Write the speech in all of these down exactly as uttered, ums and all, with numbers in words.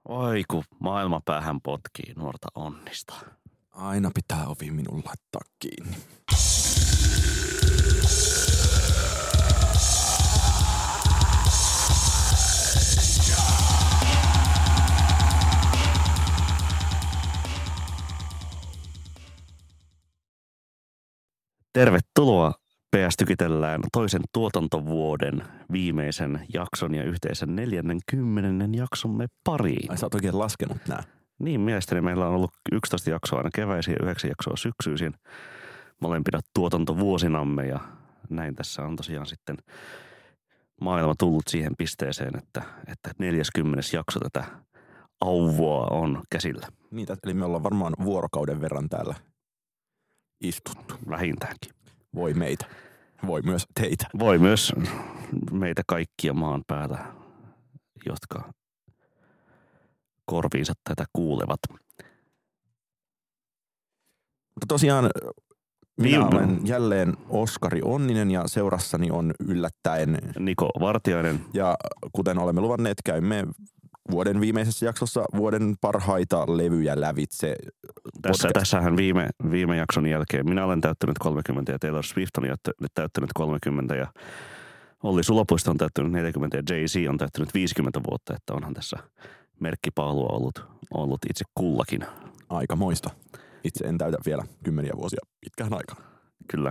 Oi kun maailma päähän potkii nuorta onnista. Aina pitää ovi minun laittaa kiinni. Tervetuloa P S Tykitellään toisen tuotantovuoden viimeisen jakson ja yhteisen neljännenkymmenennen jaksomme pariin. Ai sä oot oikein laskenut nää. Niin, mielestäni meillä on ollut yksitoista jaksoa aina keväisin ja yhdeksän jaksoa syksyisin molempina tuotantovuosinamme ja näin tässä on tosiaan sitten maailma tullut siihen pisteeseen, että, että neljäskymmenes jakso tätä auvoa on käsillä. Niin, eli me ollaan varmaan vuorokauden verran täällä istuttu. Vähintäänkin. Voi meitä. Voi myös teitä. Voi myös meitä kaikkia maan päällä, jotka korviinsa tätä kuulevat. Mutta tosiaan minä Viime- olen jälleen Oskari Onninen ja seurassani on yllättäen. Niko Vartiainen. Ja kuten olemme luvanneet, käymme vuoden viimeisessä jaksossa vuoden parhaita levyjä lävitse. Tässä, podcast. tässähän viime, viime jakson jälkeen minä olen täyttänyt kolmekymmentä ja Taylor Swift on jättä- täyttänyt kolmekymmentä ja Olli Sulopuisto on täyttänyt neljäkymmentä ja Jay-Z on täyttänyt viisikymmentä vuotta, että onhan tässä merkkipaalua ollut, ollut itse kullakin. Aika moista. Itse en täytä vielä kymmeniä vuosia pitkään aikaan. Kyllä.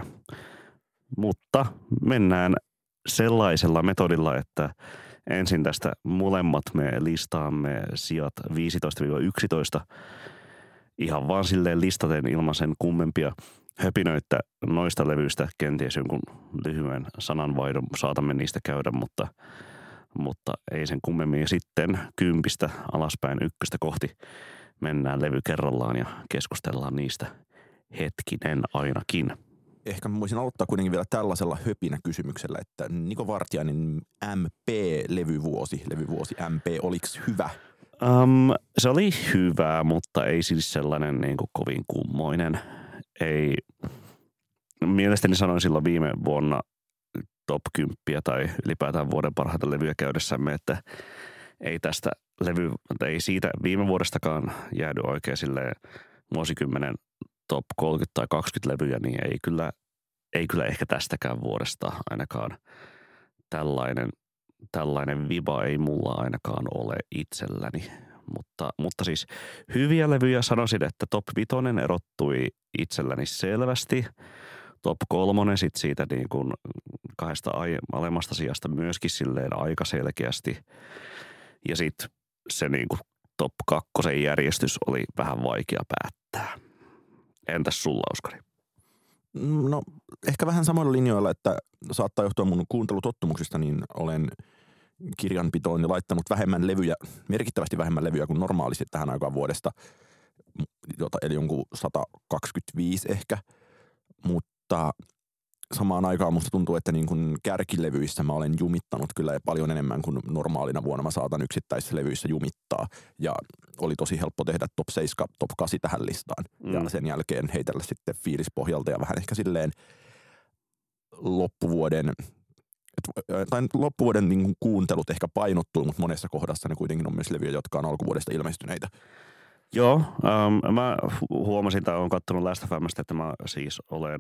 Mutta mennään sellaisella metodilla, että ensin tästä molemmat me listaamme sijat viisitoista yksitoista ihan vaan silleen listaten ilman sen kummempia höpinöitä noista levyistä. Kenties jonkun lyhyen sananvaihdon saatamme niistä käydä, mutta, mutta ei sen kummemmin. Ja sitten kympistä alaspäin ykköstä kohti mennään levy kerrallaan ja keskustellaan niistä hetkinen ainakin. Ehkä mä voisin aloittaa kuitenkin vielä tällaisella höpinä kysymyksellä, että Niko Vartiainen M P-levyvuosi, levyvuosi M P, oliks hyvä? Um, se oli hyvä, mutta ei siis sellainen niin kuin kovin kummoinen. Ei, mielestäni sanoin silloin viime vuonna top kymmenen tai ylipäätään vuoden parhaita levyjä käydessämme, että ei tästä levy, ei siitä viime vuodestakaan jäädy oikein silleen vuosikymmenen top kolmekymmentä tai kaksikymmentä levyjä, niin ei kyllä, ei kyllä ehkä tästäkään vuodesta ainakaan tällainen, tällainen viba ei mulla ainakaan ole itselläni. Mutta, mutta siis hyviä levyjä sanoisin, että top vitonen erottui itselläni selvästi. Top kolmonen sit siitä niin kuin kahdesta alemmasta sijasta myöskin silleen aika selkeästi. Ja sitten se niin kuin top kakkosen järjestys oli vähän vaikea päättää. Entäs sulla, Oskari? No ehkä vähän samoilla linjoilla, että saattaa johtua mun kuuntelutottumuksista, niin olen kirjanpitoon ja laittanut vähemmän levyjä, merkittävästi vähemmän levyjä kuin normaalisti tähän aikaan vuodesta, jota, eli jonkun sata kaksikymmentäviisi ehkä, mutta samaan aikaan musta tuntuu, että niin kuin kärkilevyissä mä olen jumittanut kyllä paljon enemmän kuin normaalina vuonna mä saatan yksittäisissä levyissä jumittaa. Ja oli tosi helppo tehdä top seitsemän, top kahdeksan tähän listaan. Mm. Ja sen jälkeen heitellä sitten fiilispohjalta ja vähän ehkä silleen loppuvuoden, et, tai loppuvuoden niin kuin kuuntelut ehkä painottuu, mutta monessa kohdassa ne kuitenkin on myös levyjä, jotka on alkuvuodesta ilmestyneitä. Joo, um, mä huomasin tai olen katsonut Last of M:stä, että mä siis olen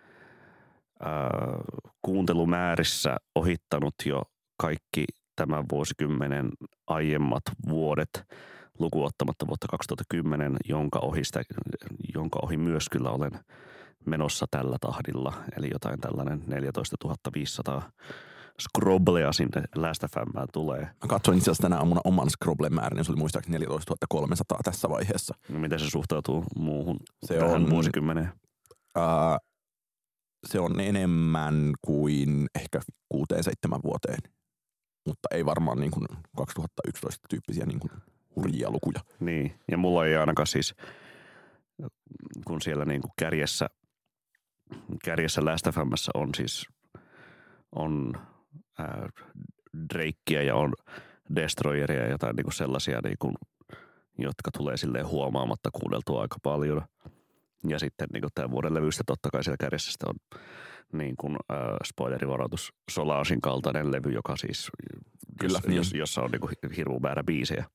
Uh, kuuntelumäärissä ohittanut jo kaikki tämän vuosikymmenen aiemmat vuodet, lukuottamatta vuotta kaksituhattakymmenen, jonka ohi, sitä, jonka ohi myös kyllä olen menossa tällä tahdilla. Eli jotain tällainen neljätoistatuhatta viisisataa scrobblea sinne Last of M:ään tulee. Mä katsoin itse asiassa tänä aamuna oman scrobblen määrän, se oli muistaakseni neljätoistatuhatta kolmesataa tässä vaiheessa. No miten se suhtautuu muuhun se tähän on, vuosikymmeneen? Uh, Se on enemmän kuin ehkä kuuteen seitsemän vuoteen, mutta ei varmaan niin kuin kaksituhattayksitoista tyyppisiä niin kuin hurjia lukuja. Niin, ja mulla ei ainakaan siis, kun siellä niin kuin kärjessä, kärjessä Last of M:ssä on siis, on ää, Drakea ja on Destroyeria ja jotain niin kuin sellaisia, niin kuin, jotka tulee silleen huomaamatta kuunneltua aika paljon. Ja sitten niin tämän vuoden levystä totta kai siellä kärjessä sitten on niin kuin äh, spoilerivaroitus Solasin kaltainen levy, joka siis, Kyllä, jos, niin. jos, jossa on niin kuin hirveä määrä biisejä.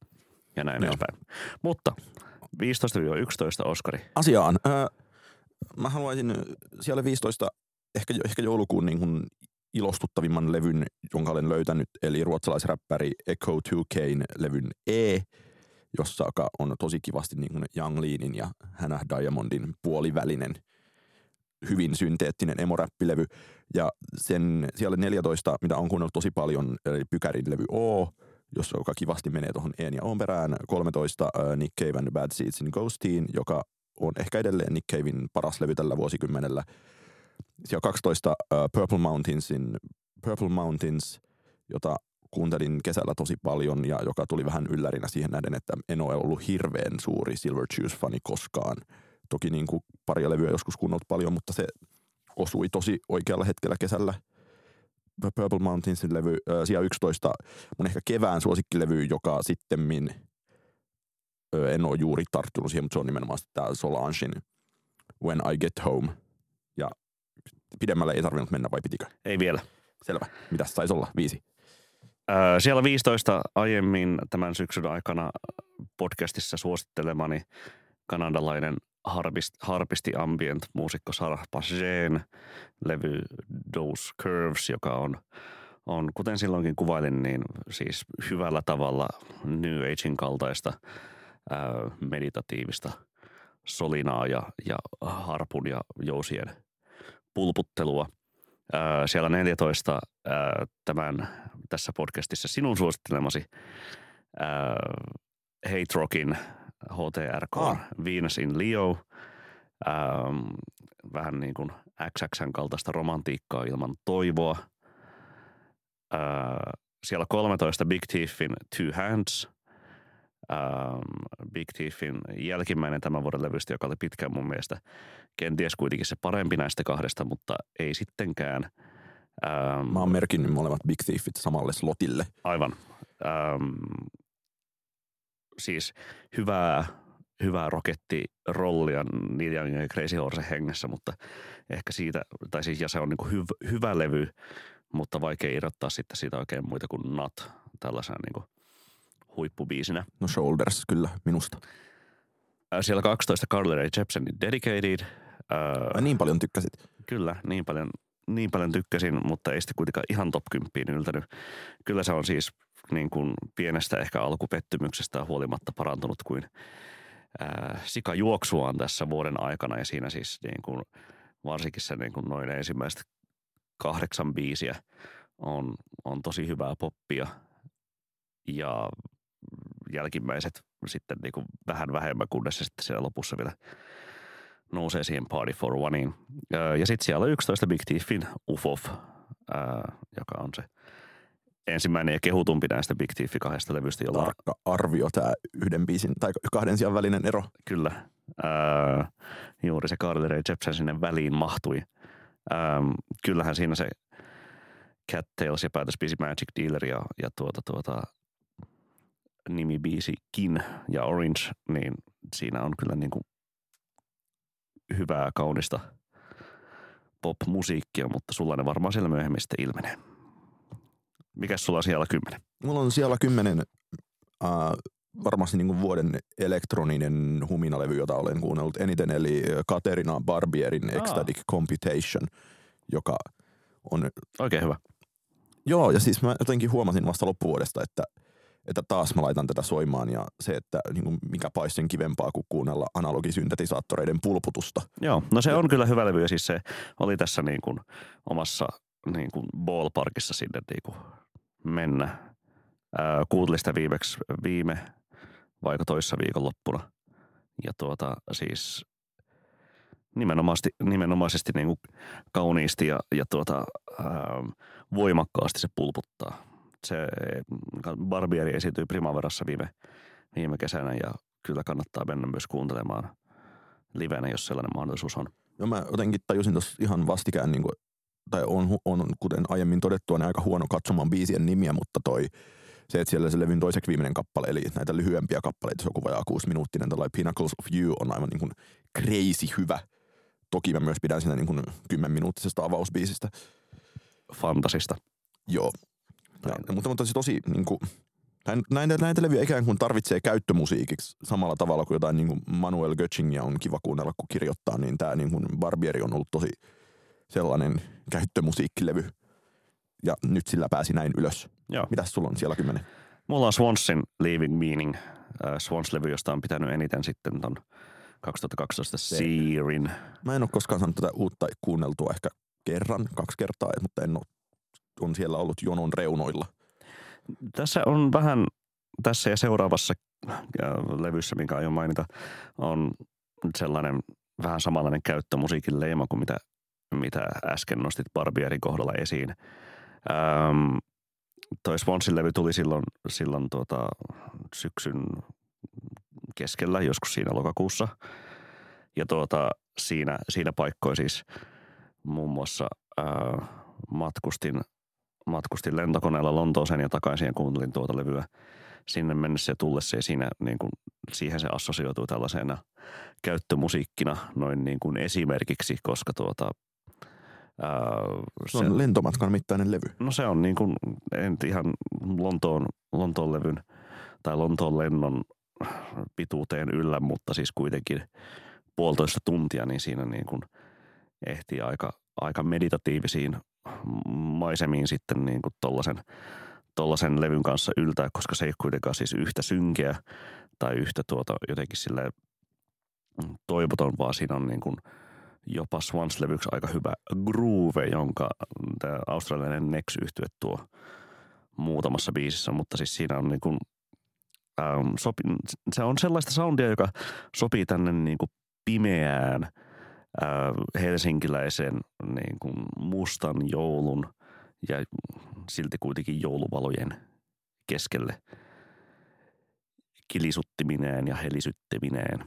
ja näin Joo. edespäin. Mutta viisitoista yksitoista Oskari. Asiaan. Öö, mä haluaisin siellä viisitoista ehkä, ehkä joulukuun niin kuin ilostuttavimman levyn, jonka olen löytänyt, eli ruotsalaisräppäri Echo two K:n levyn E, jossa on tosi kivasti niin kuin Young Leanin ja Hannah Diamondin puolivälinen hyvin synteettinen emoräppilevy. Ja sen siellä neljätoista, mitä on kuunnellut tosi paljon, eli Pykärin levy O, jossa joka kivasti menee tuohon E:n ja O:n perään. kolmetoista uh, Nick Cave and the Bad Seeds in Ghostiin, joka on ehkä edelleen Nick Caven paras levy tällä vuosikymmenellä. Siellä kaksitoista uh, Purple Mountainsin, Purple Mountains, jota kuuntelin kesällä tosi paljon ja joka tuli vähän yllärinä siihen nähden, että en ole ollut hirveän suuri Silverjuice-fani koskaan. Toki niin kuin paria levyä joskus kuunnellut paljon, mutta se osui tosi oikealla hetkellä kesällä. Purple Mountainsin levy, äh, siellä yksitoista, mun ehkä kevään suosikkilevy, joka sittemmin äh, en ole juuri tarttunut siihen, mutta se on nimenomaan tämä Solangein When I Get Home. Ja pidemmälle ei tarvinnut mennä, vai pitikö? Ei vielä. Selvä. Mitäs saisi olla? Viisi. Äh, siellä viisitoista aiemmin tämän syksyn aikana podcastissa suosittelemani kanadalainen harpist, harpisti ambient muusikko Sarah Pagén levy Those Curves, joka on, on, kuten silloinkin kuvailin, niin siis hyvällä tavalla New Agein kaltaista ää, meditatiivista solinaa ja, ja harpun ja jousien pulputtelua. Ää, siellä neljätoista ää, tämän tässä podcastissa sinun suosittelemasi ää, Hate Rockin H T R K, ah. Venus in Leo, ähm, vähän niin kuin X X:n kaltaista romantiikkaa ilman toivoa. Äh, siellä kolmetoista Big Thiefin Two Hands, ähm, Big Thiefin jälkimmäinen tämän vuoden levystä, joka oli pitkään mun mielestä kenties kuitenkin se parempi näistä kahdesta, mutta ei sittenkään. Ähm, Mä oon merkinnyt molemmat Big Thiefit samalle slotille. Aivan. Ähm, Siis hyvää, hyvää rokettirollia Neil Youngin ja Crazy Horsen hengessä, mutta ehkä siitä, tai siis ja se on niin kuin hyv, hyvä levy, mutta vaikea irrottaa sitten siitä oikein muita kuin Not tällaisena niin kuin huippubiisinä. No Shoulders kyllä, minusta. Siellä kaksitoista Carly Rae Jepsenin Dedicated. Ää, niin paljon tykkäsit? Kyllä, niin paljon, niin paljon tykkäsin, mutta ei sitten kuitenkaan ihan top kymppiin yltänyt. Kyllä se on siis niin kuin pienestä ehkä alkupettymyksestä huolimatta parantunut kuin ää, sikajuoksuaan tässä vuoden aikana. Ja siinä siis niin kuin, varsinkin se niin kuin noin ensimmäiset kahdeksan biisiä on, on tosi hyvää poppia. Ja jälkimmäiset sitten niin kuin vähän vähemmän, kunnes se sitten siellä lopussa vielä nousee siihen Party for Oneiin. Ja sitten siellä on yksitoista Big Thiefin U F O F, ää, joka on se ensimmäinen ja kehutumpi näistä Big Thief kahdesta levystä, jolla tarkka arvio tämä yhden biisin tai kahden sijan välinen ero. Kyllä. Ää, juuri se Carly Rae Jepsen sinne väliin mahtui. Ää, kyllähän siinä se Cattails ja päätösbiisi Magic Dealer ja, ja tuota, tuota, nimibiisi Kin ja Orange, niin siinä on kyllä niin kuin hyvää, kaunista pop-musiikkia, mutta sulla ne varmaan siellä myöhemmin sitten ilmenee. Mikäs sulla on siellä kymmenen? Mulla on siellä kymmenen äh, varmasti niin kuin vuoden elektroninen huminalevy, jota olen kuunnellut eniten, eli Katerina Barbierin Ecstatic Aa. Computation, joka on oikein hyvä. Joo, ja siis mä jotenkin huomasin vasta loppuvuodesta, että, että taas mä laitan tätä soimaan, ja se, että niin kuin mikä paisi sen kivempaa kuin kuunnella analogisyntetisaattoreiden pulputusta. Joo, no se on kyllä hyvä levy, ja siis se oli tässä niin kuin omassa niin kuin ballparkissa sinne niin kuin mennä. Ää, kuuntelin sitä viimeksi viime vaikka toissa viikonloppuna. Ja tuota siis nimenomaisesti, nimenomaisesti niin kuin kauniisti ja, ja tuota, ää, voimakkaasti se pulputtaa. Se Barbieri esiintyi Primaverassa viime, viime kesänä ja kyllä kannattaa mennä myös kuuntelemaan livenä, jos sellainen mahdollisuus on. Joo, mä jotenkin tajusin tuossa ihan vastikään, niin kuin, tai on, on kuten aiemmin todettua, niin aika huono katsomaan biisien nimiä, mutta toi se, että siellä se levyn toiseksi viimeinen kappale, eli näitä lyhyempiä kappaleita, se on kuvaa kuusi minuuttinen, tällainen Pinnacles of You on aivan niin kuin crazy hyvä. Toki mä myös pidän sitä niin kuin kymmenminuuttisesta avausbiisistä. Fantasista. Joo. Ja, mutta, mutta se tosi niin kuin, Näitä, näitä levyjä ikään kuin tarvitsee käyttömusiikiksi samalla tavalla kuin jotain niin kuin Manuel Götzingia on kiva kuunnella, kun kirjoittaa, niin tämä niin kuin Barbieri on ollut tosi sellainen käyttömusiikkilevy. Ja nyt sillä pääsi näin ylös. Joo. Mitäs sulla on siellä kymmenen? Mulla on Swansin Leaving Meaning, äh, Swans-levy, josta on pitänyt eniten sitten ton kaksituhattakaksitoista Searin. Mä en ole koskaan saanut tätä uutta kuunneltua ehkä kerran, kaksi kertaa, mutta en ole, on siellä ollut jonon reunoilla. Tässä on vähän, tässä ja seuraavassa levyssä, minkä aion mainita, on sellainen vähän samanlainen käyttömusiikin leima kuin mitä, mitä äsken nostit Barbierin kohdalla esiin. Ähm, toi Swansin levy tuli silloin, silloin tuota, syksyn keskellä, joskus siinä lokakuussa. Ja tuota, siinä, siinä paikkoin siis muun muassa ää, matkustin, matkustin lentokoneella Lontooseen ja takaisin ja kuuntelin tuota levyä sinne mennessä ja tullessa. Ja siinä, niin kuin, siihen se assosioitui tällaisena käyttömusiikkina noin niin kuin esimerkiksi, koska tuota... Ää, se on lentomatkan mittainen levy. No se on niin kuin, en ihan Lontoon, Lontoon levyn tai Lontoon lennon pituuteen yllä, mutta siis kuitenkin puolitoista tuntia, niin siinä niin kuin ehtii aika, aika meditatiivisiin maisemiin sitten niin kuin tollasen, tollasen levyn kanssa yltää, koska se ei kuitenkaan siis yhtä synkeä tai yhtä tuota jotenkin silleen toivoton, vaan siinä on niin kuin jopa Swans-levyksi aika hyvä groove, jonka tämä australialainen Nex-yhtye tuo muutamassa biisissä, mutta siis siinä on niin kuin ähm, sopi, se on sellaista soundia, joka sopii tänne niin kuin pimeään äh, helsinkiläisen niin kuin mustan joulun ja silti kuitenkin jouluvalojen keskelle kilisuttimineen ja helisyttimineen.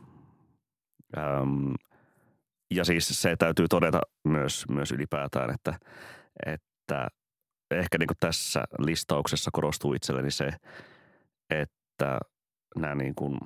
Ähm, ja siis se täytyy todeta myös, myös ylipäätään, että, että ehkä niin kuin tässä listauksessa korostuu itselleni se, että nämä niin kuin,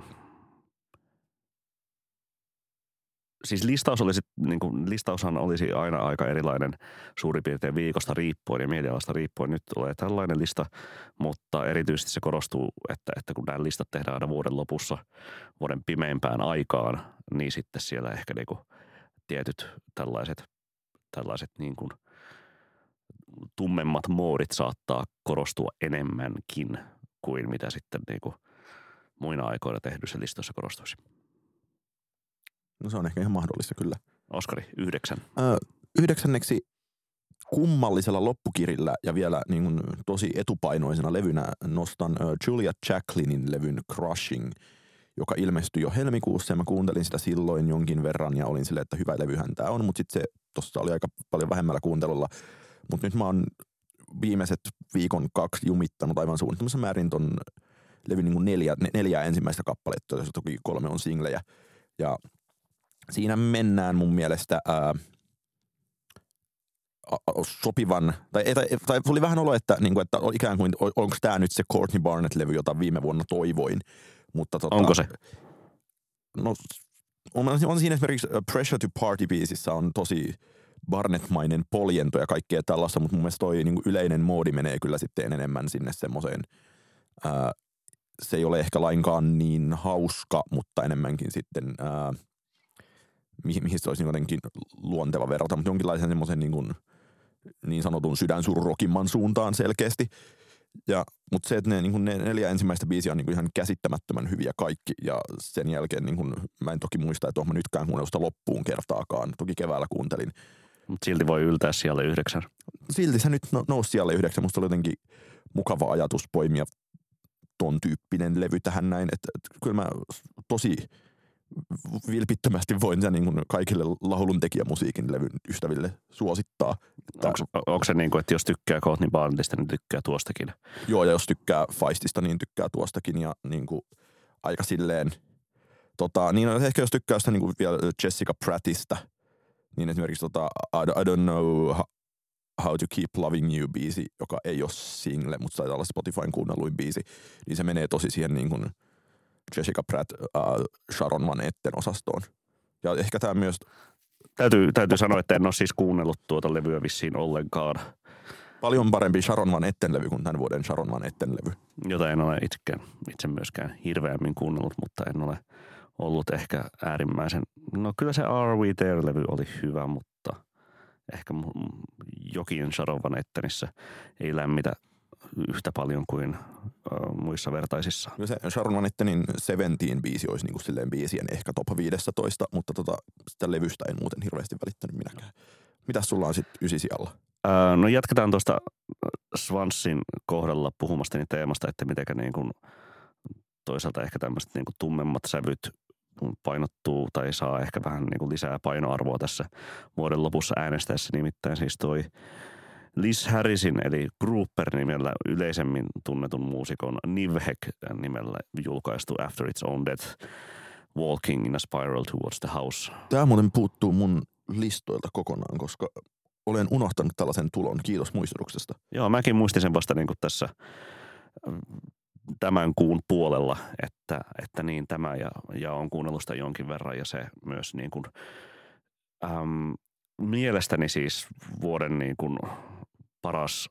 siis listaus olisi, niin kuin, listaushan olisi aina aika erilainen suurin piirtein viikosta riippuen ja mielialasta riippuen. Nyt tulee tällainen lista, mutta erityisesti se korostuu, että, että kun nämä listat tehdään aina vuoden lopussa, vuoden pimeimpään aikaan, niin sitten siellä ehkä niin kuin tietyt tällaiset, tällaiset niin kuin tummemmat moodit saattaa korostua enemmänkin kuin mitä sitten niin kuin muina aikoina tehdyissä listoissa korostuisi. No se on ehkä ihan mahdollista kyllä. Oskari, yhdeksän. Ö, yhdeksänneksi kummallisella loppukirillä ja vielä niin kuin tosi etupainoisena levynä nostan ö, Julia Jacklinin levyn Crushing, joka ilmestyi jo helmikuussa ja mä kuuntelin sitä silloin jonkin verran ja olin silleen, että hyvä levyhän tää on, mutta sitten se tossa oli aika paljon vähemmällä kuuntelulla. Mutta nyt mä oon viimeiset viikon kaksi jumittanut aivan suunnittamassa määrin ton levyn niin kuin neljä, neljää ensimmäistä kappaletta, jossa toki kolme on singlejä. Ja siinä mennään mun mielestä ää, sopivan, tai, tai, tai tuli vähän olo, että, niin kuin, että ikään kuin onko tämä nyt se Courtney Barnett-levy, jota viime vuonna toivoin. Mutta, tota, onko se? No on, on siinä esimerkiksi Pressure to Party-biisissä on tosi Barnett-mainen poljento ja kaikkea tällaista, mutta mun mielestä toi niin kuin yleinen moodi menee kyllä sitten enemmän sinne semmoiseen. Ää, se ei ole ehkä lainkaan niin hauska, mutta enemmänkin sitten, ää, mihin, mihin se olisi jotenkin luonteva verrata, mutta jonkinlaisen semmoisen niin, kuin, niin sanotun sydänsururokimman suuntaan selkeästi. Ja, mutta se, että ne, niin kuin ne neljä ensimmäistä biisiä on niin kuin ihan käsittämättömän hyviä kaikki ja sen jälkeen niin kuin, mä en toki muista, että olen mä nytkään kuunnellut sitä loppuun kertaakaan. Toki keväällä kuuntelin. Mutta silti voi yltää siellä yhdeksän. Silti se nyt nousi siellä yhdeksän. Musta oli jotenkin mukava ajatus poimia ton tyyppinen levy tähän näin. Että, että kyllä mä tosi vilpittömästi voin sen niin kuin kaikille lauluntekijämusiikin levyn ystäville suosittaa. Onko, onko se niin kuin, että jos tykkää Courtney Barnettista, niin tykkää tuostakin? Joo, ja jos tykkää Feistista, niin tykkää tuostakin. Ja niin kuin aika silleen, tota, niin ehkä jos tykkää sitä niin kuin vielä Jessica Prattista, niin esimerkiksi tota, I, I don't know how to keep loving you -biisi, joka ei ole single, mutta taitaa olla Spotifyn kuunnelluin biisi, niin se menee tosi siihen niin kuin Jessica Pratt, uh, Sharon Van Etten osastoon. Ja ehkä tämä myös... Täytyy, täytyy sanoa, että en ole siis kuunnellut tuota levyä vissiin ollenkaan. Paljon parempi Sharon Van Etten-levy kuin tämän vuoden Sharon Van Etten-levy. Jota en ole itsekään, itse myöskään hirveämmin kuunnellut, mutta en ole ollut ehkä äärimmäisen. No kyllä se Are We There-levy oli hyvä, mutta ehkä jokin Sharon Van Ettenissä ei lämmitä yhtä paljon kuin uh, muissa vertaisissa. No se Sharon Van Ettenin Seventeen biisi olisi niin kuin silleen biisien ehkä top viisitoista, mutta tota, sitä levystä en muuten hirveästi välittänyt minäkään. Mitäs sulla on sitten ysi sijalla? Uh, no jatketaan tuosta Swansin kohdalla puhumastani teemasta, että mitenkä niin kuin toisaalta ehkä tämmöiset niin kuin tummemmat sävyt painottuu tai saa ehkä vähän niin kuin lisää painoarvoa tässä vuoden lopussa äänestäessä. Nimittäin siis toi Liz Harrisin eli Grouper nimellä yleisemmin tunnetun muusikon Nivek nimellä julkaistu After Its Own Death Walking in a Spiral Towards the House. Tämä muuten puuttuu mun listoilta kokonaan, koska olen unohtanut tällaisen tulon. Kiitos muistutuksesta. Joo, mäkin muistin sen vasta niin kuin tässä tämän kuun puolella, että, että niin tämä ja, ja on kuunnellut sitä jonkin verran ja se myös niin kuin, äm, mielestäni siis vuoden niin kuin paras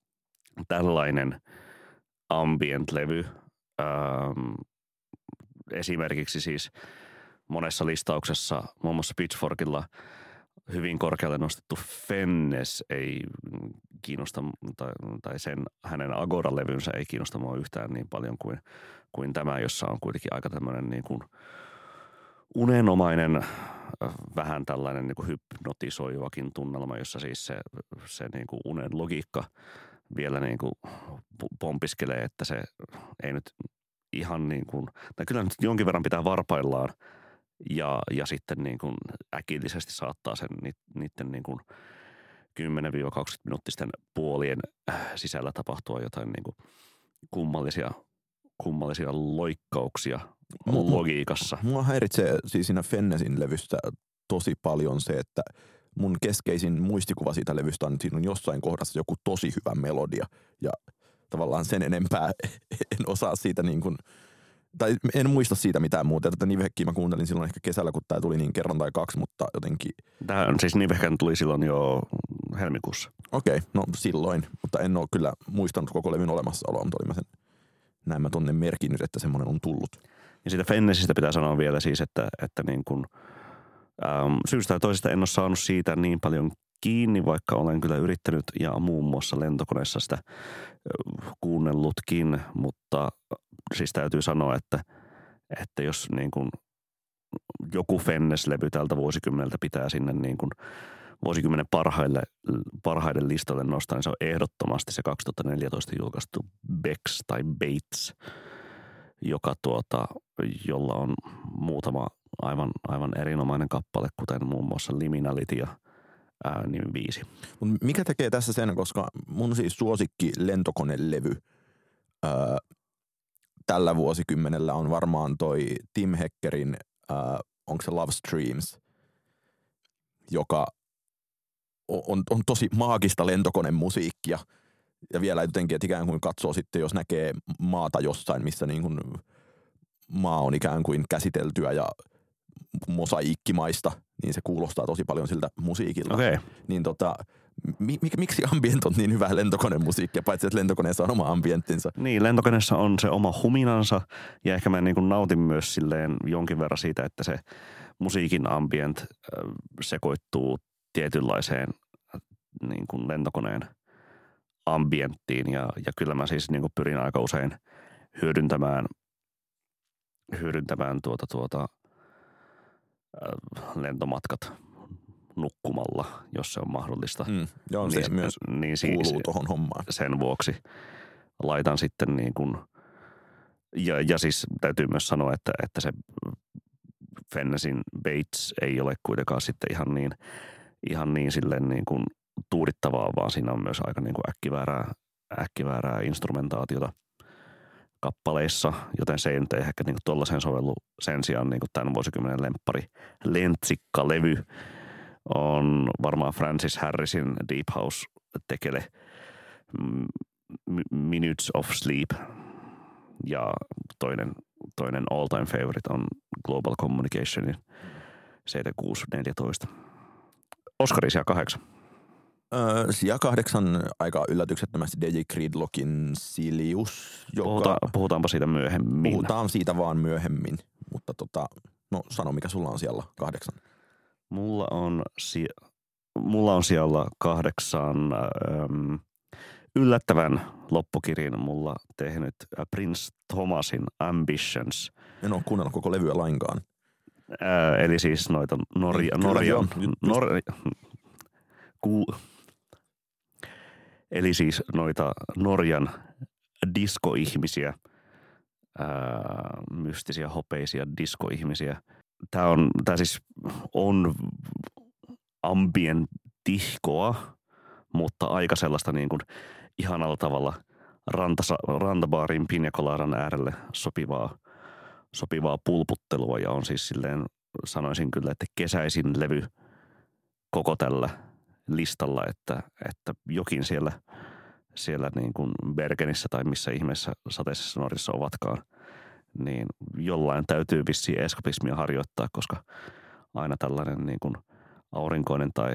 tällainen ambient-levy. Ähm, esimerkiksi siis monessa listauksessa, muun muassa Pitchforkilla hyvin korkealle nostettu Fennes ei kiinnosta, tai, tai sen hänen Agora-levynsä ei kiinnosta mua yhtään niin paljon kuin, kuin tämä, jossa on kuitenkin aika tämmöinen niin kuin unenomainen, vähän tällainen niin kuin hypnotisoivakin tunnelma, jossa siis se, se niin kuin unen logiikka vielä niin kuin pompiskelee, että se ei nyt ihan niin kuin, tai kyllä nyt jonkin verran pitää varpaillaan ja, ja sitten niin kuin äkillisesti saattaa sen niiden niin kuin kymmenen kaksikymmentä minuuttisten puolien sisällä tapahtua jotain niin kuin kummallisia, kummallisia loikkauksia logiikassa. Mua häiritsee siis siinä Fennesin levystä tosi paljon se, että mun keskeisin muistikuva siitä levystä on, että siinä on jossain kohdassa joku tosi hyvä melodia ja tavallaan sen enempää en osaa siitä niin kuin, tai en muista siitä mitään muuta. Tätä Nivekkiä mä kuuntelin silloin ehkä kesällä, kun tää tuli niin kerran tai kaksi, mutta jotenkin. Tämä on siis Nivekhän tuli silloin jo helmikuussa. Okei, okay, no silloin, mutta en ole kyllä muistanut koko levyn olemassaoloa, mutta olin mä sen, näin mä tonne merkinnyt, että semmoinen on tullut. Ja siitä Fennesistä pitää sanoa vielä siis, että, että niin kuin, äm, syystä tai toisesta en ole saanut siitä niin paljon kiinni, vaikka olen kyllä yrittänyt ja muun muassa lentokoneessa sitä kuunnellutkin, mutta siis täytyy sanoa, että, että jos niin kuin joku Fennes-levy tältä vuosikymmeneltä pitää sinne niin kuin vuosikymmenen parhaille, parhaiden listalle nostaa, niin se on ehdottomasti se kaksituhattaneljätoista julkaistu Bex tai Bates, joka tuota, jolla on muutama aivan, aivan erinomainen kappale, kuten muun muassa Liminality ja ää, nimi viisi. Mut mikä tekee tässä sen, koska mun siis suosikki lentokonelevy ää, tällä vuosikymmenellä on varmaan toi Tim Heckerin, ää, onko se Love Streams, joka on, on tosi maagista lentokonemusiikkia. Ja vielä jotenkin, että ikään kuin katsoo sitten, jos näkee maata jossain, missä niin kuin maa on ikään kuin käsiteltyä ja mosaiikkimaista, niin se kuulostaa tosi paljon siltä musiikilta. Okay. Niin tota, mi, miksi ambient on niin hyvää lentokonemusiikkia, paitsi että lentokoneessa on oma ambienttinsa? Niin, lentokoneessa on se oma huminansa ja ehkä mä niin kuin nautin myös silleen jonkin verran siitä, että se musiikin ambient äh, sekoittuu tietynlaiseen äh, niin kuin lentokoneen ambienttiin ja, ja kyllä mä siis niin kuin pyrin aika usein hyödyntämään, hyödyntämään tuota, tuota, äh, lentomatkat nukkumalla, jos se on mahdollista. Mm, joo, niin, se myös niin kuuluu siis, tuohon hommaan. Sen vuoksi laitan sitten niin kuin, ja, ja siis täytyy myös sanoa, että, että se Fennesin Bates ei ole kuitenkaan sitten ihan niin, ihan niin silleen niin kuin tuudittavaa, vaan siinä on myös aika niin kuin äkkiväärää, äkkiväärää instrumentaatiota kappaleissa, joten se ei nyt ehkä niin kuin tuollaisen sovellu. Sen sijaan niin kuin tämän vuosikymmenen lemppari Lentsikka-levy on varmaan Francis Harrisin Deep House-tekele Minutes of Sleep ja toinen, toinen all-time favorite on Global Communicationin C D kuusi neljätoista. Oscarisia kahdeksan. Öö, sija kahdeksan aika yllätyksettömästi D J Gridlockin Silius, joka... Puhuta, puhutaanpa siitä myöhemmin. Puhutaan siitä vaan myöhemmin, mutta tota, no sano mikä sulla on siellä kahdeksan. Mulla on, si- mulla on siellä kahdeksan äm, yllättävän loppukirin mulla tehnyt Prince Thomasin Ambitions. En ole kuunnellut koko levyä lainkaan. Ää, eli siis noita Norja, Norjan... Nor- ku, eli siis noita Norjan diskoihmisiä, ää, mystisiä, hopeisia diskoihmisiä. Tää on, tää siis on ambient dihkoa, mutta aika sellaista niin kuin ihanalla tavalla rantasa, rantabaarin pinjakolaran äärelle sopivaa, sopivaa pulputtelua ja on siis silleen, sanoisin kyllä, että kesäisin levy koko tällä listalla, että, että jokin siellä, siellä niin kuin Bergenissä tai missä ihmeessä sateisessa Norjassa ovatkaan, niin jollain täytyy vissiin eskapismia harjoittaa, koska aina tällainen niin kuin aurinkoinen tai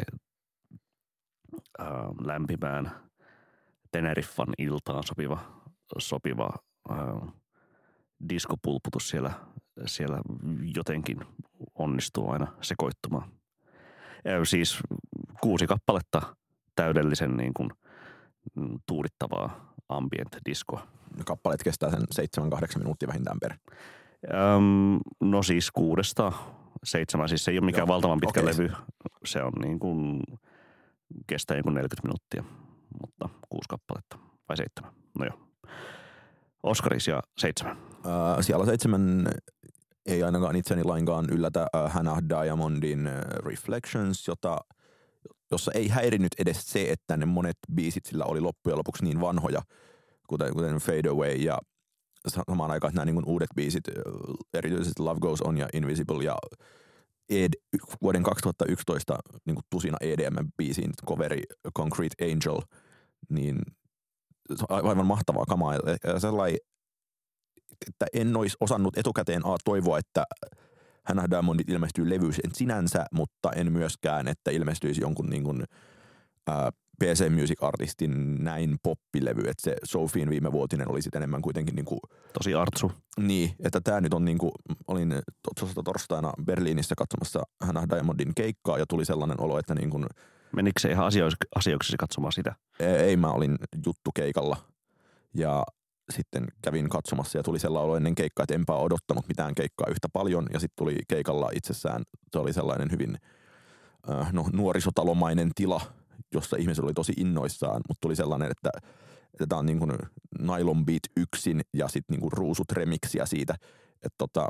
ää, lämpimään Teneriffan iltaan sopiva, sopiva ää, diskopulputus siellä, siellä jotenkin onnistuu aina sekoittumaan. Ja siis kuusi kappaletta täydellisen niin kuin tuudittavaa ambient diskoa. Kappaleet kestää sen seitsemän kahdeksan minuuttia vähintään per. Öm, no siis kuudesta seitsemän, siis se ei ole mikään Joo, valtavan pitkä okay. levy. Se on niin kuin, kestää niin kuin neljäkymmentä minuuttia, mutta kuusi kappaletta vai seitsemän. No joo. Oscaris ja seitsemän. Äh, siellä seitsemän ei ainakaan itseni lainkaan yllätä äh, Hannah Diamondin äh, Reflections, jota, jossa ei häirinyt edes se, että ne monet biisit sillä oli loppujen lopuksi niin vanhoja, kuten, kuten Fade Away ja samaan aikaan nämä niin kuin uudet biisit, erityisesti Love Goes On ja Invisible ja Ed, vuoden kaksituhattayksitoista niin kuin tusina E D M-biisiin coveri Concrete Angel, niin se on aivan mahtavaa kamaa. Ja sellainen, että en olisi osannut etukäteen A toivoa, että Hannah Diamondit ilmestyy levyyn sinänsä, mutta en myöskään, että ilmestyisi jonkun niin kuin, ää, P C Music Artistin näin poppilevy, että se Sophien viime vuotinen oli sitten enemmän kuitenkin niin kuin, tosi artsu. Niin, että tämä nyt on niin kuin, olin tuossa torstaina Berliinissä katsomassa Hannah Diamondin keikkaa ja tuli sellainen olo, että niin kuin, menikö se ihan asioiksi katsomaan sitä? Ei, mä olin juttukeikalla ja sitten kävin katsomassa ja tuli sellainen olo ennen keikkaa, että enpä odottanut mitään keikkaa yhtä paljon ja sitten tuli keikalla itsessään, se oli sellainen hyvin äh, no, nuorisotalomainen tila, jossa ihmiset oli tosi innoissaan, mutta tuli sellainen, että tämä on niin kuin Nylon Beat yksin ja sitten niin kuin ruusut remixiä siitä, että tota,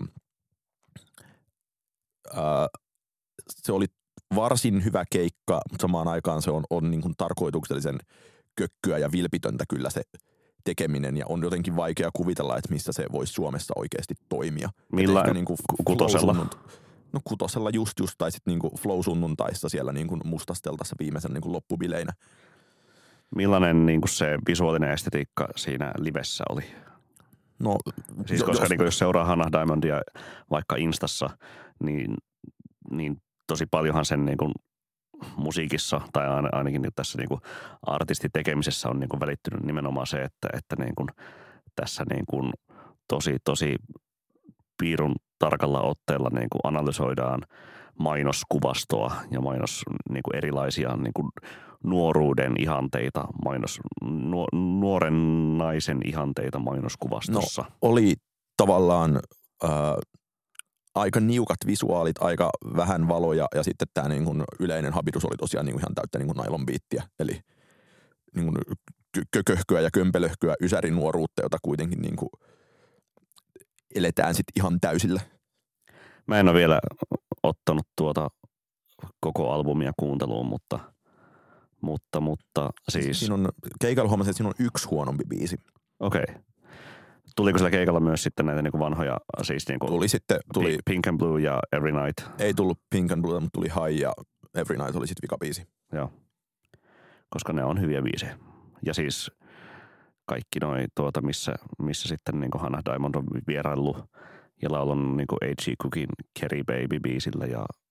ää, se oli varsin hyvä keikka, mutta samaan aikaan se on, on niin kuin tarkoituksellisen kökkyä ja vilpitöntä kyllä se tekeminen ja on jotenkin vaikea kuvitella, että missä se voisi Suomessa oikeasti toimia. Millä niin kuin kutosella? No kutosella just just, tai sitten niinku Flow-sunnuntaissa siellä niinku mustasteltassa viimeisen niinku loppubileinä. Millainen niinku se visuaalinen estetiikka siinä livessä oli? No, siis jo, koska jos, niinku, jos seuraa Hannah Diamondia vaikka Instassa, niin, niin tosi paljonhan sen niinku musiikissa tai ainakin tässä niinku artistitekemisessä on niinku välittynyt nimenomaan se, että, että niinku tässä niinku tosi tosi piirun tarkalla otteella niin kuin analysoidaan mainoskuvastoa ja mainos niin kuin erilaisia niin kuin nuoruuden ihanteita, mainos, nuo, nuoren naisen ihanteita mainoskuvastossa. No, oli tavallaan äh, aika niukat visuaalit, aika vähän valoja ja sitten tämä niin kuin yleinen habitus oli tosiaan niin kuin ihan täyttä niin kuin nylon beattiä, eli niin kuin kököhköä ja kömpelöhköä ysärinuoruutta, jota kuitenkin niin kuin eletään sitten ihan täysillä. Mä en ole vielä ottanut tuota koko albumia kuunteluun, mutta, mutta, mutta siis... Siinä on, keikalla huomasin, että siinä on yksi huonompi biisi. Okei. Okay. Tuliko sillä keikalla myös sitten näitä niinku vanhoja, siis niinku tuli sitten, tuli, Pink and Blue ja Every Night? Ei tullut Pink and Blue, mutta tuli High ja Every Night oli sitten vikabiisi. Joo, koska ne on hyviä biisejä. Ja siis kaikki noi tuota, missä, missä sitten niinku Hannah Diamond on vieraillut ja laulun niinku A G Cookin Kerry Baby biisillä ja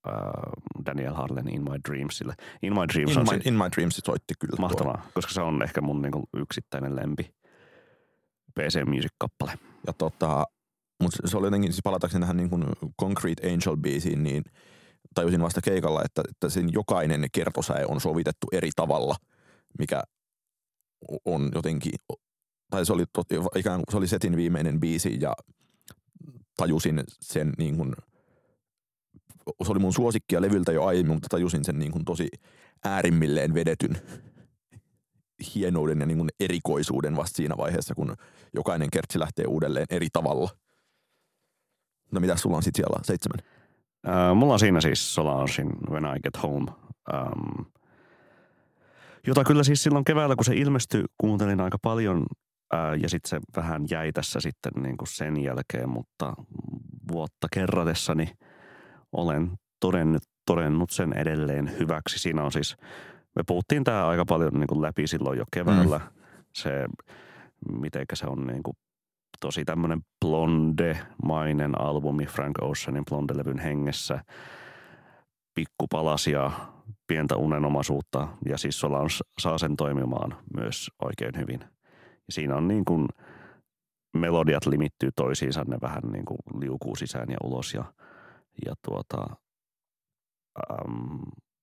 uh, Daniel Harlen In My Dreamsille. In My Dreams In on my, si- in my Dreams soitti kyllä. mahtavaa, tuo. Koska se on ehkä mun niinku yksittäinen lempi P C Music-kappale. Ja tota, mutta se oli jotenkin, siis palatakseni tähän niin kuin Concrete Angel-biisiin, niin tajusin vasta keikalla, että, että sen jokainen kertosäe on sovitettu eri tavalla, mikä on jotenkin, tai se oli, tot, ikään kuin, se oli setin viimeinen biisi ja tajusin sen niin kuin, se oli mun suosikkia levyltä jo aiemmin, mutta tajusin sen niin kuin tosi äärimmilleen vedetyn hienouden ja niin kuin erikoisuuden vasta siinä vaiheessa, kun jokainen kertsi lähtee uudelleen eri tavalla. No mitä sulla on sitten siellä seitsemän? Uh, mulla on siinä siis Solangein When I Get Home, um, jota kyllä siis silloin keväällä, kun se ilmestyi, kuuntelin aika paljon uh, ja sitten se vähän jäi tässä sitten niin kuin sen jälkeen, mutta vuotta kerratessani olen todennut, todennut sen edelleen hyväksi. Siinä on siis, me puhuttiin tää aika paljon niin kuin läpi silloin jo keväällä, mm. se mitenkä se on niin kuin tosi tämmöinen blonde-mainen albumi Frank Oceanin Blonde-levyn hengessä. Pikkupalasia, pientä unenomaisuutta ja siis Solange saa sen toimimaan myös oikein hyvin. Ja siinä on niin kuin melodiat limittyy toisiinsa, ne vähän niin kuin liukuu sisään ja ulos ja, ja tuota, äm,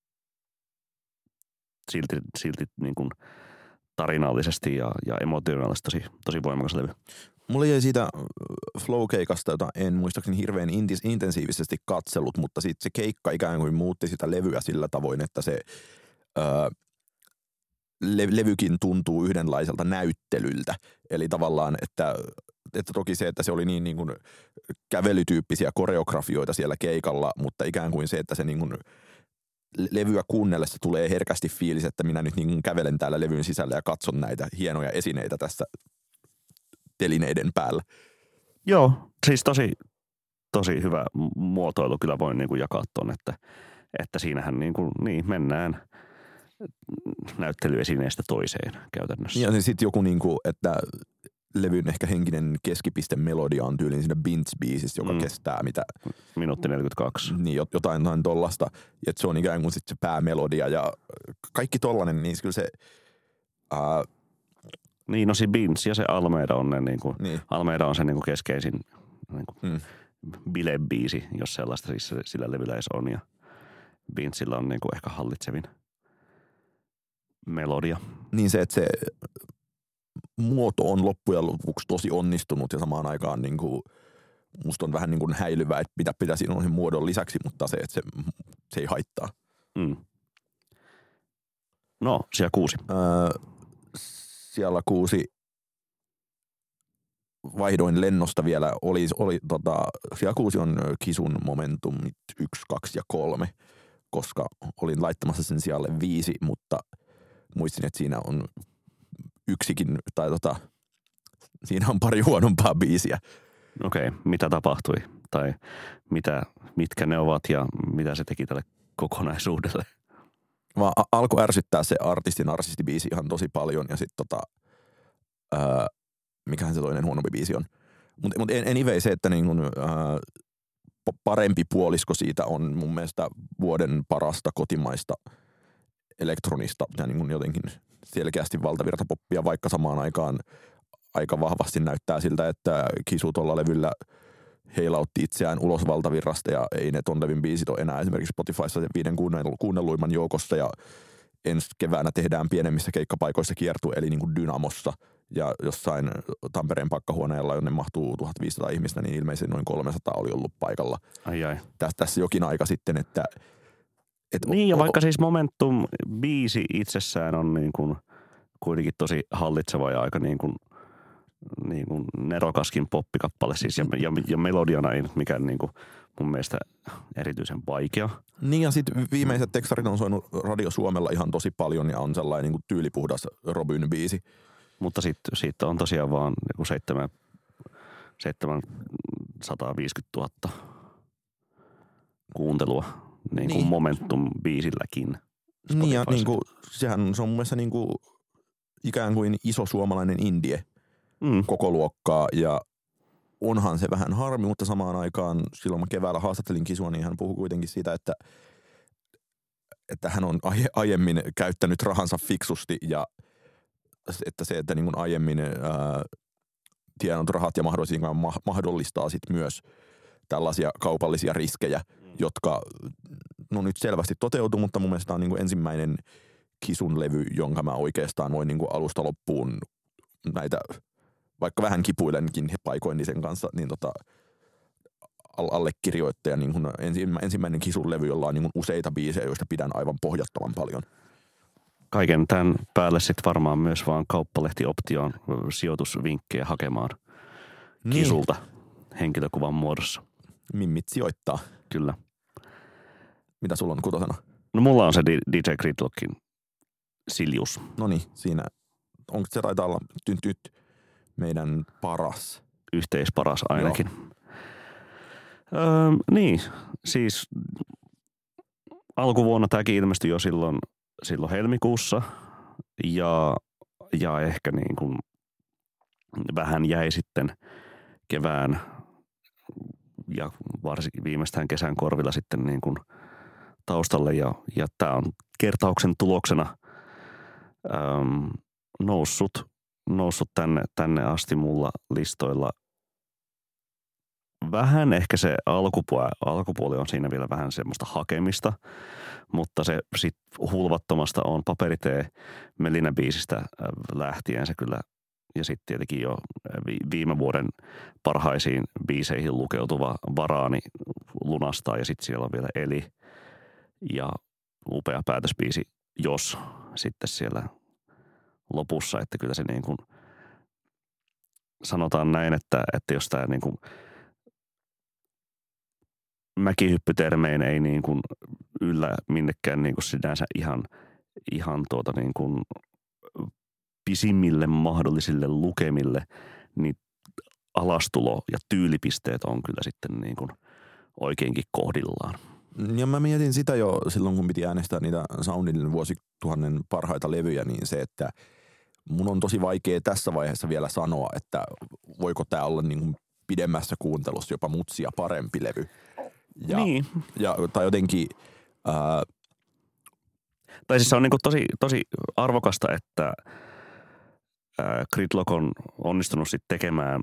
silti, silti niin kuin tarinallisesti ja, ja emotionaalisesti tosi, tosi voimakas levy. Mulla jäi siitä flow-keikasta, jota en muistaakseni hirveän intensiivisesti katsellut, mutta sitten se keikka ikään kuin muutti sitä levyä sillä tavoin, että se öö, le- levykin tuntuu yhdenlaiselta näyttelyltä. Eli tavallaan, että, että toki se, että se oli niin, niin kuin kävelytyyppisiä koreografioita siellä keikalla, mutta ikään kuin se, että se niin kuin levyä kuunnellessa tulee herkästi fiilis, että minä nyt niin kuin kävelen täällä levyn sisällä ja katson näitä hienoja esineitä tässä telineiden päällä. Joo, siis tosi, tosi hyvä muotoilu. Kyllä voin niin kuin jakaa ton, että, että siinähän niin kuin, niin, mennään näyttelyesineestä toiseen käytännössä. Ja sitten joku, niin kuin, että levyn ehkä henkinen keskipiste melodia on tyylin siinä Bints-biisissä, joka mm. kestää mitä... Minuutti neljäkymmentäkaksi. Niin, jotain, jotain tollasta. Ja se on ikään kuin sit se päämelodia ja kaikki tollanen, niin kyllä se... Uh, Niin, no se Bints ja se Almeida on ne niin kuin, niin. Almeida on se niin kuin keskeisin niin kuin mm. bilebiisi, jos sellaista siis sillä levyllä edes on. Ja Bintsillä on niin kuin ehkä hallitsevin melodia. Niin se, että se muoto on loppujen lopuksi tosi onnistunut ja samaan aikaan niin kuin, musta on vähän niin kuin häilyvää, että mitä pitäisi olla sen muodon lisäksi, mutta se, että se, se ei haittaa. Mm. No, siellä kuusi. Öö, siellä kuusi. Vaihdoin lennosta vielä. Oli, oli, tota, siellä kuusi on Kisun Momentumit yksi, kaksi ja kolme, koska olin laittamassa sen sijalle viisi, mutta muistin, että siinä on yksikin, tai tota, siinä on pari huonompaa biisiä. Okei, okay, mitä tapahtui? Tai mitä, mitkä ne ovat ja mitä se teki tälle kokonaisuudelle? Vaan alkoi ärsyttää se artistin artistibiisi ihan tosi paljon ja sitten tota, öö, mikähän se toinen huonompi biisi on. Mutta mut anyway se, että niin kun, öö, parempi puolisko siitä on mun mielestä vuoden parasta kotimaista elektronista ja niin kun jotenkin selkeästi valtavirtapoppia, vaikka samaan aikaan aika vahvasti näyttää siltä, että Kisu tuolla levyllä heilautti itseään ulos valtavirrasta ja ei ne ton levyn biisit ole enää esimerkiksi Spotifyssa viiden kuunnelluimman joukossa ja ensi keväänä tehdään pienemmissä keikkapaikoissa kiertue eli niin kuin Dynamossa ja jossain Tampereen pakkahuoneella, jonne mahtuu tuhatviisisataa ihmistä, niin ilmeisesti noin kolmesataa oli ollut paikalla. Ai ai. Tässä, tässä jokin aika sitten, että... Et niin ja o- vaikka o- siis Momentum-biisi itsessään on niin kuin kuitenkin tosi hallitseva ja aika niin kuin niin kuin nerokaskin poppikappale siis ja, ja, ja melodiana ei nyt mikään niin kuin mun mielestä erityisen vaikea. Niin ja sitten viimeiset tekstarit on soinut Radio Suomella ihan tosi paljon ja on sellainen niin kuin tyylipuhdas Robyn biisi. Mutta sitten siitä on tosiaan vaan joku seitsemän, seitsemänsataaviisikymmentätuhatta kuuntelua niin kuin niin. Momentum-biisilläkin. Niin ja niin kuin, sehän se on mun mielestä niin kuin ikään kuin iso suomalainen indie. Mm. Koko luokkaa ja onhan se vähän harmi, mutta samaan aikaan silloin mä keväällä haastattelin Kisua, niin hän puhui kuitenkin siitä, että, että hän on aie, aiemmin käyttänyt rahansa fiksusti ja että se, että niin kuin aiemmin ää, tienannut rahat ja mahdollistaa sit myös tällaisia kaupallisia riskejä, mm. jotka no nyt selvästi toteutuu, mutta mun mielestä on niin kuin ensimmäinen Kisun levy, jonka mä oikeastaan voin niin kuin alusta loppuun näitä, vaikka vähän kipuilenkin paikoin niin sen kanssa, niin tota, allekirjoittaja niin kuin ensimmäinen Kisun levy, jolla on niin kuin useita biisejä, joista pidän aivan pohjattoman paljon. Kaiken tämän päälle sitten varmaan myös vaan kauppalehtioptioon sijoitusvinkkejä hakemaan niin. Kisulta henkilökuvan muodossa. Mimmit sijoittaa. Kyllä. Mitä sulla on kutosena? No mulla on se D J Gridlockin Silius. No niin, siinä. Onko se taitaa olla tynt, tynt, meidän paras? Yhteisparas ainakin. Öö, niin, siis alkuvuonna tämäkin ilmestyi jo silloin, silloin helmikuussa ja, ja ehkä niin kuin vähän jäi sitten kevään ja varsinkin viimeistään kesän korvilla sitten niin kuin taustalle ja, ja tämä on kertauksen tuloksena äm, noussut, noussut tänne, tänne asti mulla listoilla. Vähän ehkä se alkupuoli, alkupuoli on siinä vielä vähän semmoista hakemista, mutta se sit hulvattomasta on Paperitee Melina-biisistä lähtien se kyllä. Ja sitten tietenkin jo viime vuoden parhaisiin biiseihin lukeutuva Varaani lunastaa ja sitten siellä on vielä Eli ja upea päätösbiisi Jos sitten siellä lopussa, että kyllä se niin kuin sanotaan näin, että, että jos tämä niin kuin mäkihyppytermein ei niin kuin yllä minnekään niin kuin sinänsä ihan, ihan tuota niin kuin pisimmille mahdollisille lukemille, niin alastulo ja tyylipisteet on kyllä sitten niin kuin oikeinkin kohdillaan. Ja mä mietin sitä jo silloin, kun piti äänestää niitä Soundin vuosituhannen parhaita levyjä, niin se, että mun on tosi vaikea tässä vaiheessa vielä sanoa, että voiko tää olla niin kuin pidemmässä kuuntelussa jopa mutsia parempi levy. Ja, niin. Ja, tai jotenkin ää, tai siis se on niin kuin tosi, tosi arvokasta, että ää, Gridlock on onnistunut sitten tekemään.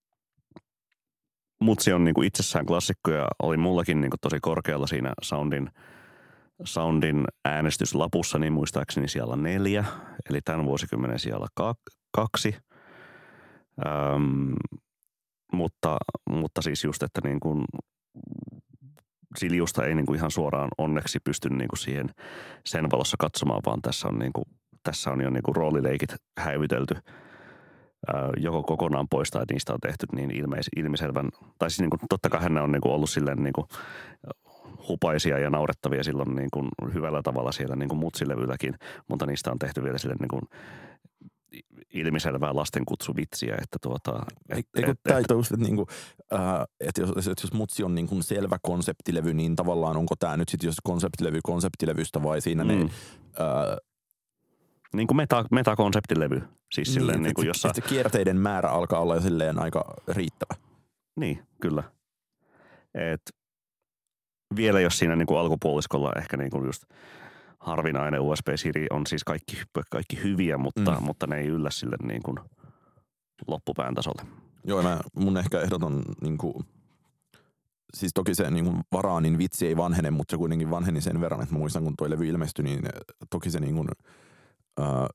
Mutsi on niin kuin itsessään klassikko ja oli mullakin niin kuin tosi korkealla siinä Soundin, Soundin äänestyslapussa, niin muistaakseni siellä neljä, eli tämän vuosikymmenen siellä kaksi. Öm, mutta, mutta siis just, että niin kuin Siliusta ei niin kuin ihan suoraan onneksi pysty niin kuin siihen sen valossa katsomaan, vaan tässä on, niin kuin, tässä on jo niin kuin roolileikit häivytelty joko kokonaan pois tai niistä on tehty niin ilmeis, ilmiselvän, tai siis niin kuin, totta kai hän on niin kuin ollut silleen niin kuin hupaisia ja naurettavia silloin niin kuin hyvällä tavalla siellä niin kuin mutsilevylläkin, mutta niistä on tehty vielä silleen niin kuin ilmiselvää lastenkutsuvitsiä, että tuota... Et, Eikö et, tämä et, just, että niinku, äh, et jos, et jos mutsi on niinku selvä konseptilevy, niin tavallaan onko tämä nyt sitten jos konseptilevy konseptilevystä vai siinä mm. ne... Äh, niin kuin meta, metakonseptilevy, siis niin, silleen et, niin kuin jossa... Että kierteiden määrä alkaa olla jo silleen aika riittävä. Niin, kyllä. Et vielä jos siinä niin kuin alkupuoliskolla ehkä niin kuin just harvinainen U S B-Siri on siis kaikki, kaikki hyviä, mutta, mm. mutta ne ei yllä sille niin kuin loppupään tasolle. Joo, mä, mun ehkä ehdoton niin kuin, siis toki se niin kuin Varaanin vitsi ei vanhene, mutta se kuitenkin vanheni sen verran, että mä muistan kun toi levy ilmestyi, niin toki se niin kuin, äh,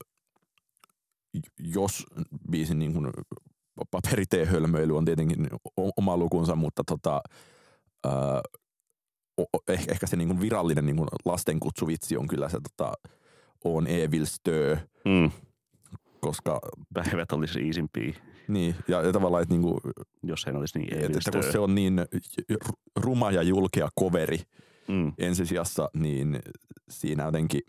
jos biisin niin kuin Paperitee-hölmöily on tietenkin oma lukunsa, mutta tota, äh, ehkä, ehkä se niin kuin virallinen niin kuin lastenkutsuvitsi on kyllä se tota, on Evil Stö, mm. koska... Päivät olisi iisimpiä. Niin, ja, ja tavallaan, että niinku, jos ei olisi niin Evil että kun se on niin ruma ja julkea coveri mm. ensisijassa, niin siinä jotenkin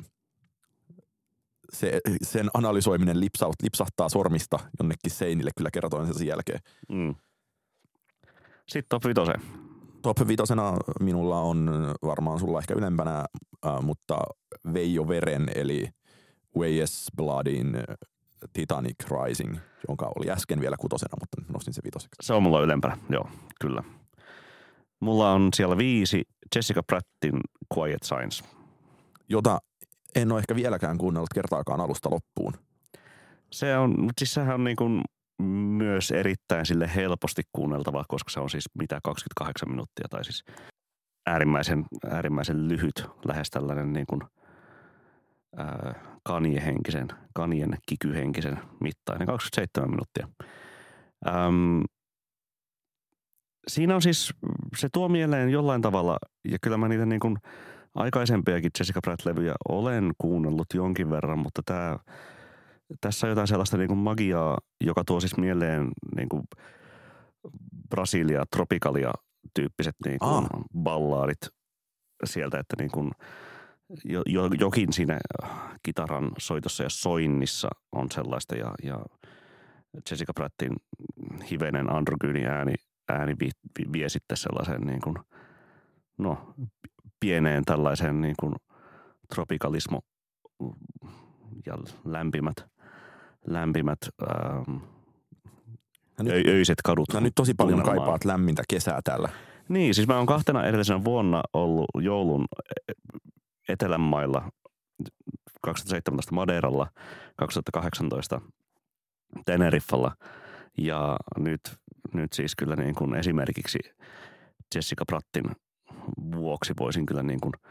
se, sen analysoiminen lipsa, lipsahtaa sormista jonnekin seinille kyllä kertoen sen jälkeen. Mm. Sitten top vitose. Top vitosena minulla on varmaan sulla ehkä ylempänä, äh, mutta Veijo Veren eli Way S Bloodin Titanic Rising, jonka oli äsken vielä kutosena, mutta nostin se vitoseksi. Se on mulla ylempänä, joo, kyllä. Mulla on siellä viisi Jessica Prattin Quiet Signs. Jota en ole ehkä vieläkään kuunnellut kertaakaan alusta loppuun. Se on, siis sehän on niin kuin myös erittäin sille helposti kuunneltava, koska se on siis mitä kaksikymmentäkahdeksan minuuttia tai siis äärimmäisen, äärimmäisen lyhyt, lähes tällainen niin kuin ää, kanjehenkisen, kanjen kikyhenkisen mittainen, kaksikymmentäseitsemän minuuttia. Äm, siinä on siis, se tuo mieleen jollain tavalla, ja kyllä mä niitä niin kuin aikaisempiakin Jessica Pratt-levyjä olen kuunnellut jonkin verran, mutta tää, tässä on jotain sellaista niin kuin magiaa, joka tuo siis mieleen niin kuin Brasilia, Tropicalia tyyppiset niin kuin ah. ballaadit sieltä, että niin kuin jo, jo, jokin siinä kitaran soitossa ja soinnissa on sellaista ja, ja Jessica Prattin hivenen androgyyni ääni, ääni vie, vie sitten sellaisen niin kuin, no, pieneen tällaiseen niin kuin tropikalismo ja lämpimät, lämpimät ähm, nyt, ö, öiset kadut. No nyt tosi paljon tunnelmaan. kaipaat lämmintä kesää täällä. Niin, siis mä oon kahtena edellisenä vuonna ollut joulun Etelänmailla kaksituhattaseitsemäntoista Madeiralla, kaksituhattakahdeksantoista Teneriffalla ja nyt, nyt siis kyllä niin kuin esimerkiksi Jessica Prattin vuoksi voisin kyllä niin kuin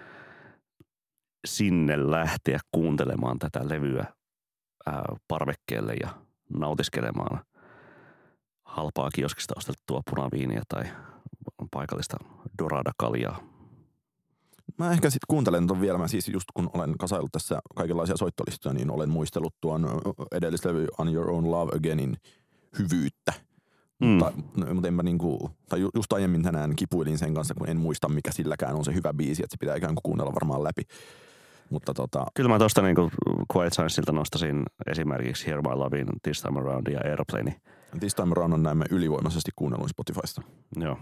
sinne lähteä kuuntelemaan tätä levyä ää, parvekkeelle ja nautiskelemaan halpaa kioskista ostettua punaviiniä tai paikallista dorada-kaljaa. Mä ehkä sitten kuuntelen ton vielä. Mä siis just kun olen kasaillut tässä kaikenlaisia soittolistoja, niin olen muistellut tuon edellislevy On Your Own Love Againin hyvyyttä. Mm. Mutta, mutta en mä niinku, tai just aiemmin tänään kipuilin sen kanssa, kun en muista mikä silläkään on se hyvä biisi, että se pitää ikään kuin kuunnella varmaan läpi. Mutta tota... Kyllä mä tosta niinku Quiet Signsilta nostasin esimerkiksi Hear My Lovein, This Time Around ja Airplane. This Time Around on näemme ylivoimaisesti kuunnelluin Spotifysta. Joo.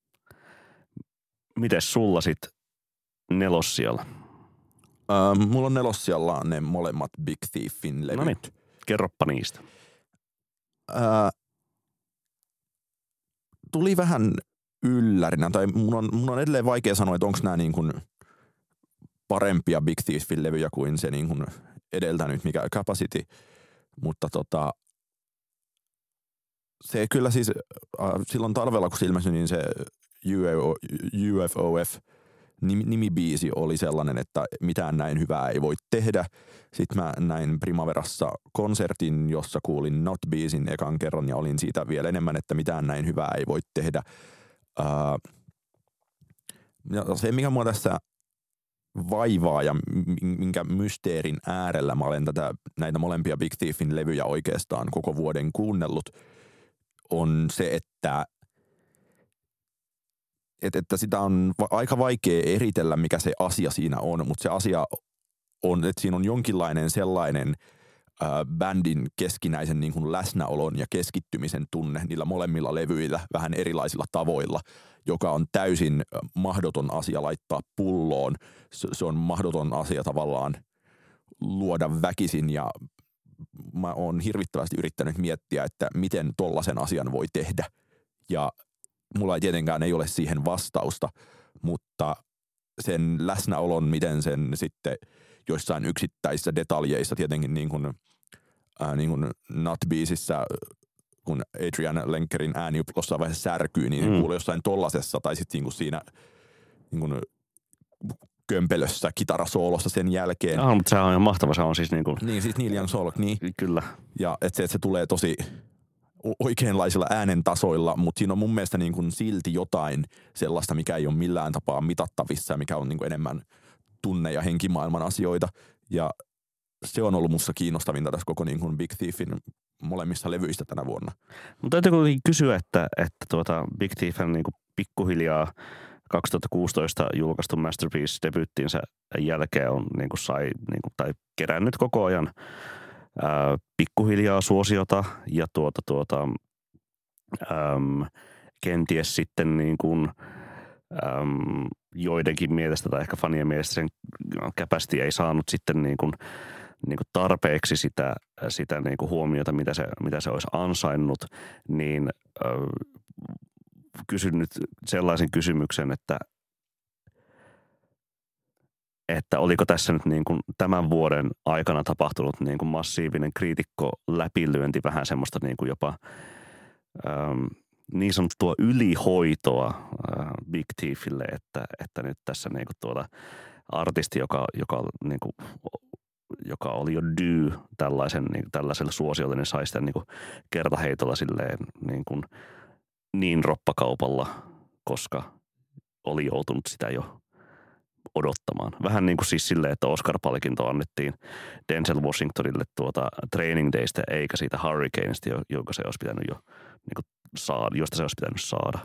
Mites sulla sit nelossijalla? Öö, mulla on nelossijalla ne molemmat Big Thiefin levyt. No niin, kerroppa niistä. Öö, tuli vähän yllärinä, tai mun on, mun on edelleen vaikea sanoa, että onko nämä niin kuin parempia Big Thiefin levyjä kuin se niin kuin edeltänyt, mikä Capacity, mutta tota, se kyllä siis äh, silloin talvella, kun se ilmestyi, niin se U F O F nimibiisi oli sellainen, että mitään näin hyvää ei voi tehdä. Sitten mä näin Primaverassa konsertin, jossa kuulin Not-biisin ekan kerran ja olin siitä vielä enemmän, että mitään näin hyvää ei voi tehdä. Uh, ja se, mikä mua tässä vaivaa ja minkä mysteerin äärellä mä olen tätä, näitä molempia Big Thiefin levyjä oikeastaan koko vuoden kuunnellut, on se, että Että, että sitä on aika vaikea eritellä, mikä se asia siinä on, mutta se asia on, että siinä on jonkinlainen sellainen äh, bändin keskinäisen niin kuin läsnäolon ja keskittymisen tunne niillä molemmilla levyillä vähän erilaisilla tavoilla, joka on täysin mahdoton asia laittaa pulloon. Se, se on mahdoton asia tavallaan luoda väkisin ja mä oon hirvittävästi yrittänyt miettiä, että miten tollaisen asian voi tehdä ja mulla ei tietenkään ei ole siihen vastausta, mutta sen läsnäolon, miten sen sitten joissain yksittäisissä detaljeissa, tietenkin niin kuin, ää, niin kuin Not-biisissä, kun Adrian Lenkerin ääni jossain vaiheessa särkyy, niin mm. kuulee jossain tollasessa, tai sitten niin kuin siinä niin kuin kömpelössä kitarasoolossa sen jälkeen. Ah, mutta se on ihan mahtava, se on siis niin kuin... Niin, siis Neil Young Soul, niin. Kyllä. Ja että se, että se tulee tosi oikeanlaisilla äänentasoilla, mutta siinä on mun mielestä niin kuin silti jotain sellaista, mikä ei ole millään tapaa mitattavissa ja mikä on niin kuin enemmän tunne- ja henkimaailman asioita. Ja se on ollut musta kiinnostavinta tässä koko niin kuin Big Thiefin molemmissa levyistä tänä vuonna. Mutta täytyy kuitenkin kysyä, että, että tuota Big Thiefin niin kuin pikkuhiljaa kaksituhattakuusitoista julkaistu Masterpiece-debyyttiinsä jälkeen on niin kuin sai niin kuin, tai kerännyt koko ajan Ää, pikkuhiljaa suosiota ja tuota, tuota, äm, kenties sitten niin kuin, äm, joidenkin mielestä tai ehkä fanien mielestä sen käpästi ei saanut sitten niin kuin niin kuin tarpeeksi sitä, sitä niin kuin huomiota, mitä se, mitä se olisi ansainnut, niin äh, kysyn nyt sellaisen kysymyksen, että että oliko tässä nyt niin kuin tämän vuoden aikana tapahtunut niin kuin massiivinen kriitikko läpilyönti, vähän semmoista niin kuin jopa ähm, niin sanottua ylihoitoa äh, Big Thiefille, että, että nyt tässä niin kuin tuota artisti, joka, joka, niin kuin, joka oli jo due tällaisen, niin, tällaiselle suosiolle, niin sai sitä niin kuin kertaheitolla silleen niin, kuin niin roppakaupalla, koska oli joutunut sitä jo odottamaan. Vähän niin kuin siis silleen, että Oscar-palkinto annettiin Denzel Washingtonille tuota Training Daystä eikä siitä Hurricaneista, jonka se olisi pitänyt jo niin kuin saada, josta se olisi pitänyt saada.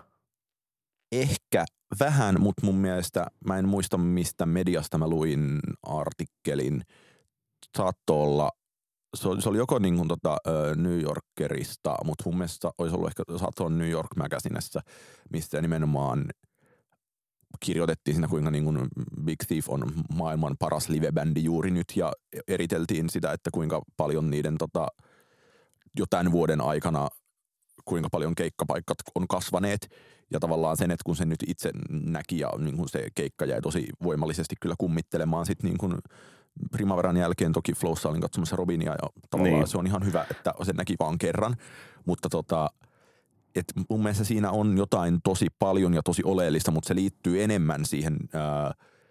Ehkä vähän, mutta mun mielestä, mä en muista mistä mediasta mä luin artikkelin, saattoi olla, se oli, se oli joko niin kuin tota, New Yorkerista, mutta mun mielestä olisi ollut ehkä, saattoi olla New York Magazinessa, mistä nimenomaan kirjoitettiin siinä, kuinka niin kuin Big Thief on maailman paras livebändi juuri nyt ja eriteltiin sitä, että kuinka paljon niiden tota, jo tämän vuoden aikana, kuinka paljon keikkapaikat on kasvaneet ja tavallaan sen, että kun se nyt itse näki ja niin kuin se keikka jäi tosi voimallisesti kyllä kummittelemaan sitten niin kuin Primaveran jälkeen toki Flowssa olin katsomassa Robinia ja tavallaan niin. Se on ihan hyvä, että se näki vaan kerran, mutta tota et mun mielestä siinä on jotain tosi paljon ja tosi oleellista, mutta se liittyy enemmän siihen ää,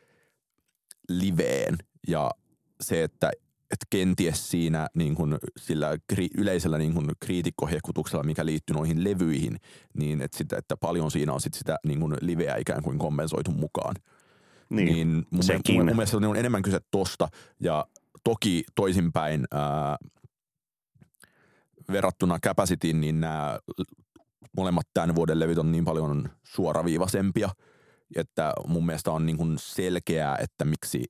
liveen ja se, että et kenties siinä niin kun, sillä kri, yleisellä niin kun kriitikkohehkutuksella, mikä liittyy noihin levyihin, niin että, sitä, että paljon siinä on sit sitä niin kun liveä ikään kuin kompensoitu mukaan. Niin, niin mun, sekin. mun, mun mielestä on enemmän kyse tosta ja toki toisinpäin ää, verrattuna Capacityin, niin nämä molemmat tämän vuoden levyt on niin paljon suoraviivaisempia, että mun mielestä on niin kuin selkeää, että miksi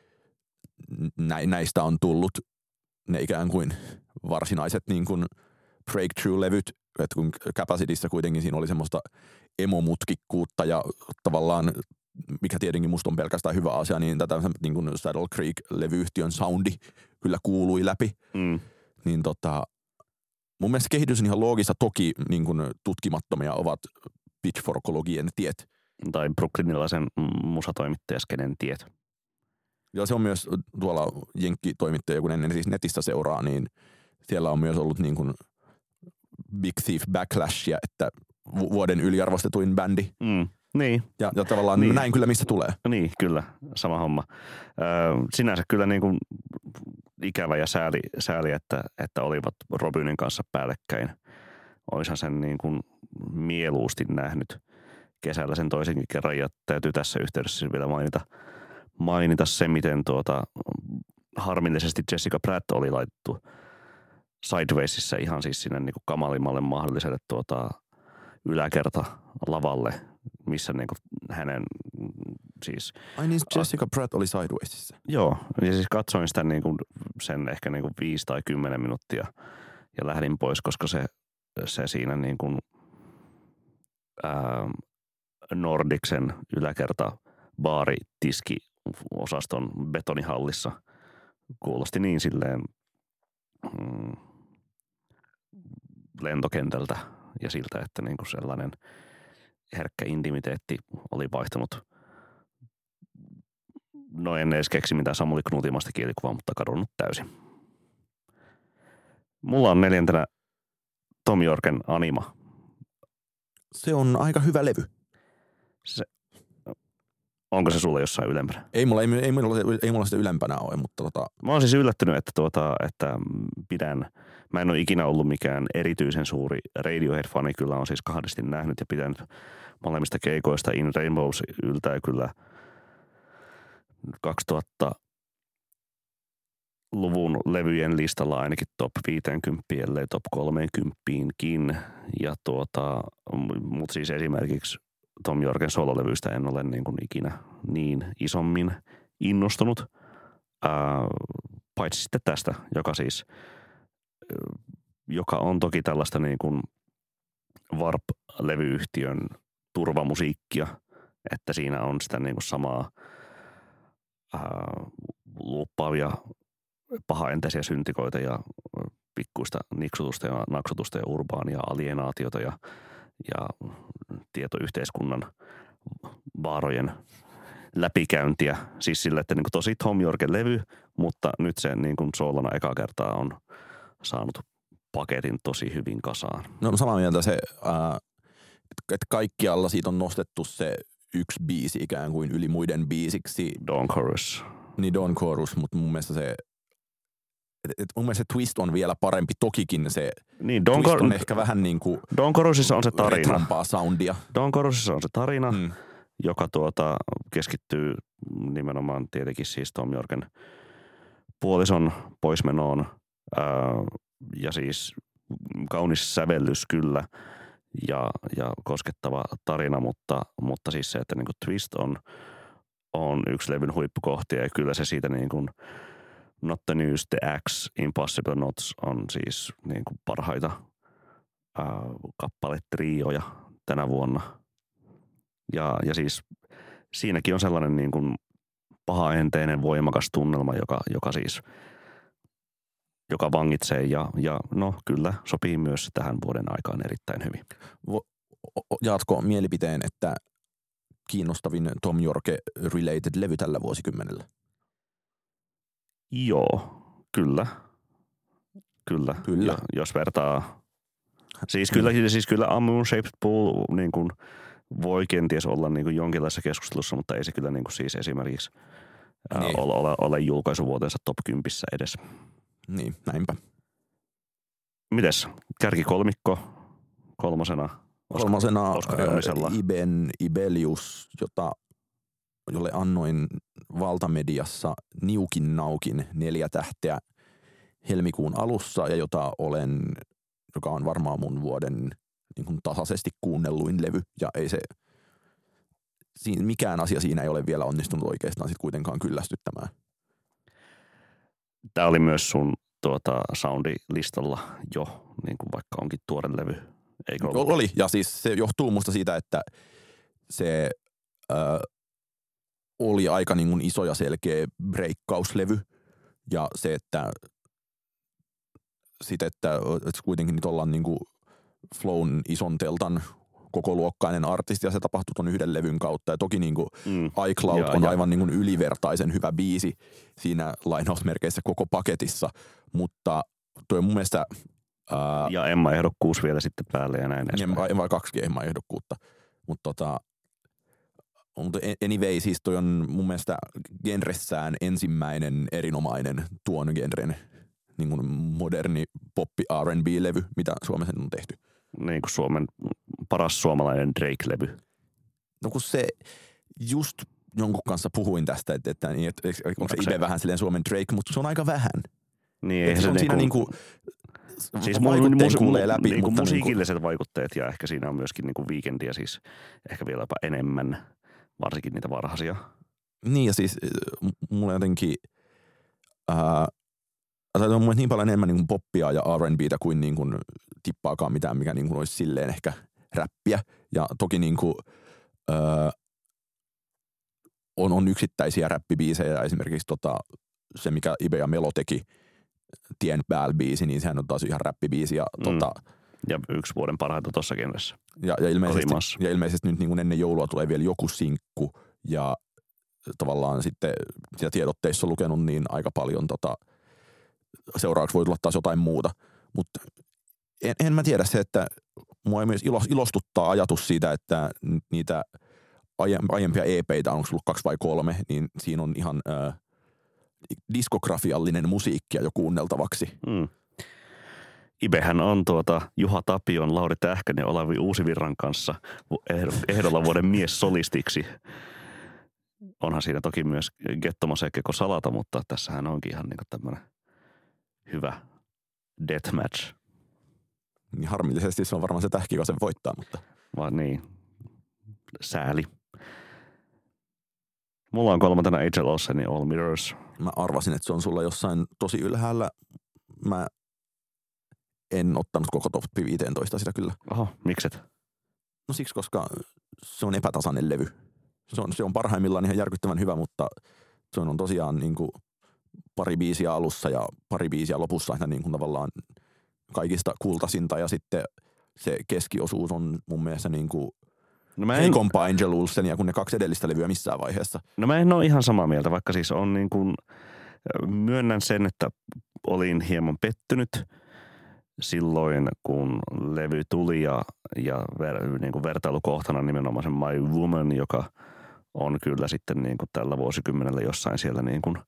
näistä on tullut ne ikään kuin varsinaiset niin kuin breakthrough-levyt, että kun Capacityssä kuitenkin siinä oli semmoista emomutkikkuutta ja tavallaan, mikä tietenkin musta on pelkästään hyvä asia, niin tätä niin kuin Saddle Creek-levyyhtiön soundi kyllä kuului läpi, mm. niin tota mun mielestä kehitys on ihan loogista, toki niin kuin tutkimattomia ovat pitchforkologien tiet. Tai brooklynilaisen musatoimittajaskenen tiet. Ja se on myös tuolla jenkkitoimittaja, kun ennen siis netistä seuraa, niin siellä on myös ollut niin kuin Big Thief backlashia, että vuoden yliarvostetuin bändi. Mm, niin. Ja, ja tavallaan niin. Näin kyllä mistä tulee. Niin, kyllä. Sama homma. Öö, sinänsä kyllä niin kuin ikävä ja sääli, sääli että, että olivat Robynin kanssa päällekkäin. Oishan sen niin kuin mieluusti nähnyt kesällä sen toisenkin kerran. Ja täytyy tässä yhteydessä vielä mainita, mainita se, miten tuota, harmillisesti Jessica Pratt oli laitettu Sidewaysissa ihan siis sinne niin kuin kamalimmalle mahdolliselle tuota, yläkerta lavalle, missä niin kuin hänen siis... Ai niin, Jessica Pratt oli Sidewaysissa. Joo, ja siis katsoin sitä niin kuin sen ehkä niin kuin viisi tai kymmenen minuuttia ja lähdin pois, koska se, se siinä niin kuin ää, Nordicsen yläkerta baari tiski osaston betonihallissa kuulosti niin silleen mm, lentokentältä ja siltä, että niin kuin sellainen herkkä intimiteetti oli vaihtunut. No en edes keksi mitään Samuli Knutimasta kielikuvaa, mutta kadonnut täysin. Mulla on neljäntenä Tom Yorken Anima. Se on aika hyvä levy. Se, onko se sulle jossain ylempänä? Ei mulla, ei, ei, mulla, ei mulla sitä ylempänä ole, mutta tota... Mä oon siis yllättynyt, että, tuota, että pidän... Mä en ole ikinä ollut mikään erityisen suuri Radiohead-fani. Kyllä on siis kahdesti nähnyt ja pitänyt molemmista keikoista. In Rainbows yltää kyllä kaksituhattaluvun levyjen listalla ainakin top viisikymmentä, ellei top kolmekymmentäkin. Ja tuota, mutta siis esimerkiksi Tom Yorken sololevyistä en ole niin kuin ikinä niin isommin innostunut. Ää, paitsi sitten tästä, joka siis, joka on toki tällaista niin kuin Warp-levyyhtiön turvamusiikkia, että siinä on sitä niin kuin samaa ää, luuppaavia pahaenteisiä syntikoita ja pikkuista niksutusta ja naksutusta ja urbaania alienaatiota ja, ja tietoyhteiskunnan vaarojen läpikäyntiä. Siis sillä, että niin kuin tosi Thom Yorken levy, mutta nyt se niin kuin soolona eka kertaa on saanut paketin tosi hyvin kasaan. No samaa mieltä se, äh, että kaikkialla siitä on nostettu se yksi biisi ikään kuin yli muiden biisiksi. Dawn Chorus. Niin Dawn Chorus, mutta mun mielestä se, et, et mun mielestä se twist on vielä parempi. Tokikin se niin, twist Cor- on ehkä vähän niin kuin Dawn Chorusissa on se tarina. retrompaa soundia. Dawn Chorusissa on se tarina, Mm. joka tuota, keskittyy nimenomaan tietenkin siis Thom Yorken puolison poismenoon. Ää, ja siis kaunis sävellys kyllä ja, ja koskettava tarina, mutta, mutta siis se, että niinku twist on, on yksi levyn huippukohtia ja kyllä se siitä niin kuin Not the News, The Axe, Impossible Knots on siis niin kuin parhaita ää, kappaletrioja tänä vuonna. Ja, ja siis siinäkin on sellainen niin kuin pahaenteinen voimakas tunnelma, joka, joka siis joka vangitsee ja, ja no kyllä sopii myös tähän vuoden aikaan erittäin hyvin. Jaatko mielipiteen, että kiinnostavin Thom Yorke-related levy tällä vuosikymmenellä? Joo, kyllä. Kyllä. Kyllä. Ja, jos vertaa, siis kyllä, siis kyllä A Moon Shaped Pool niin kuin voi kenties olla niin kuin jonkinlaisessa keskustelussa, mutta ei se kyllä niin kuin siis esimerkiksi niin. ole, ole, ole julkaisuvuotensa top kympissä edes. Niin, näinpä. Mites? Kärkikolmikko kolmosena? Kolmosena Oskari Onnisella. Iben Ibelius, jota, jolle annoin valtamediassa niukin naukin neljä tähteä helmikuun alussa ja jota olen, joka on varmaan mun vuoden niin kuin tasaisesti kuunnelluin levy ja ei se, siinä, mikään asia siinä ei ole vielä onnistunut oikeastaan sit kuitenkaan kyllästyttämään. Tämä oli myös sun tuota, soundilistalla jo, niin kuin vaikka onkin tuore levy. Eikö ollut? Oli, ja siis se johtuu musta siitä, että se ö, oli aika niin kuin iso ja selkeä breikkauslevy. Ja se, että, sit, että, että kuitenkin nyt ollaan niin kuin Flown ison teltan koko luokkainen artisti ja se tapahtui ton yhden levyn kautta. Ja toki niin kuin mm. iCloud ja, on ja. aivan niin kuin ylivertaisen hyvä biisi siinä lainausmerkeissä koko paketissa, mutta toi mun mielestä Ää, ja Emma-ehdokkuus vielä sitten päälle ja näin. Emma, Emma kaksikin Emma-ehdokkuutta. Mutta tota, mutta anyway, siis toi on mun mielestä genressään ensimmäinen erinomainen tuon genren niin kuin moderni poppi R and B-levy, mitä Suomessa on tehty. Niin kuin Suomen paras suomalainen Drake-levy. No kun se just jonkun kanssa puhuin tästä, että, että, että, että onko se Ibe vähän silleen Suomen Drake, mutta se on aika vähän. Niin, se, se on niinku, siinä niinku siis vaikutteen mu- kuulee läpi. Niinku mutta musiikilliset niinku vaikutteet ja ehkä siinä on myöskin niinku Weekendia siis ehkä vieläpä enemmän, varsinkin niitä varhaisia. Niin ja siis mulla jotenkin ää, tai on mun niin paljon enemmän niin kuin poppia ja R and B:tä kuin, niin kuin tippaakaan mitään, mikä niin kuin olisi silleen ehkä räppiä. Ja toki niin kuin, öö, on, on yksittäisiä räppibiisejä, esimerkiksi tota, se, mikä Ibe ja Melo teki, Tien Pääl-biisi, niin sehän on taas ihan räppibiisi. Ja, mm. tota, ja yksi vuoden parhaita tuossa genressä. Ja, ja, ilmeisesti, ja ilmeisesti nyt niin kuin ennen joulua tulee vielä joku sinkku, ja tavallaan sitten siellä tiedotteissa on lukenut niin aika paljon tota, seuraavaksi voi tulla taas jotain muuta, mutta en, en mä tiedä se, että mua myös ilostuttaa ajatus siitä, että niitä aiempia E P:itä onko ollut kaksi vai kolme, niin siinä on ihan äh, diskografiallinen musiikkia jo kuunneltavaksi. Mm. Ibehän on tuota Juha Tapion, Lauri Tähkänen ja Olavi Uusivirran kanssa ehdolla vuoden mies solistiksi. Onhan siinä toki myös Gettomo Sekeko Salata, mutta tässähän onkin ihan niin kuin tämmöinen hyvä deathmatch. Niin harmillisesti se on varmaan se Tähki, joka sen voittaa, mutta... Vaan niin, sääli. Mulla on kolmantena H L Olsenin All Mirrors. Mä arvasin, että se on sulla jossain tosi ylhäällä. Mä en ottanut koko top viisitoista sitä kyllä. Oho, mikset? No siksi, koska se on epätasainen levy. Se on, se on parhaimmillaan ihan järkyttävän hyvä, mutta se on tosiaan niin kuin pari biisiä alussa ja pari biisiä lopussa aina niin kuin tavallaan kaikista kultasinta ja sitten se keskiosuus on mun mielestä niin kuin no en, heikompaa Angel Olsenia kuin ne kaksi edellistä levyä missään vaiheessa. No mä en ole ihan samaa mieltä, vaikka siis on niin kuin, myönnän sen, että olin hieman pettynyt silloin, kun levy tuli ja, ja ver, niin kuin vertailukohtana nimenomaan sen My Woman, joka on kyllä sitten niin kuin tällä vuosikymmenellä jossain siellä niin kuin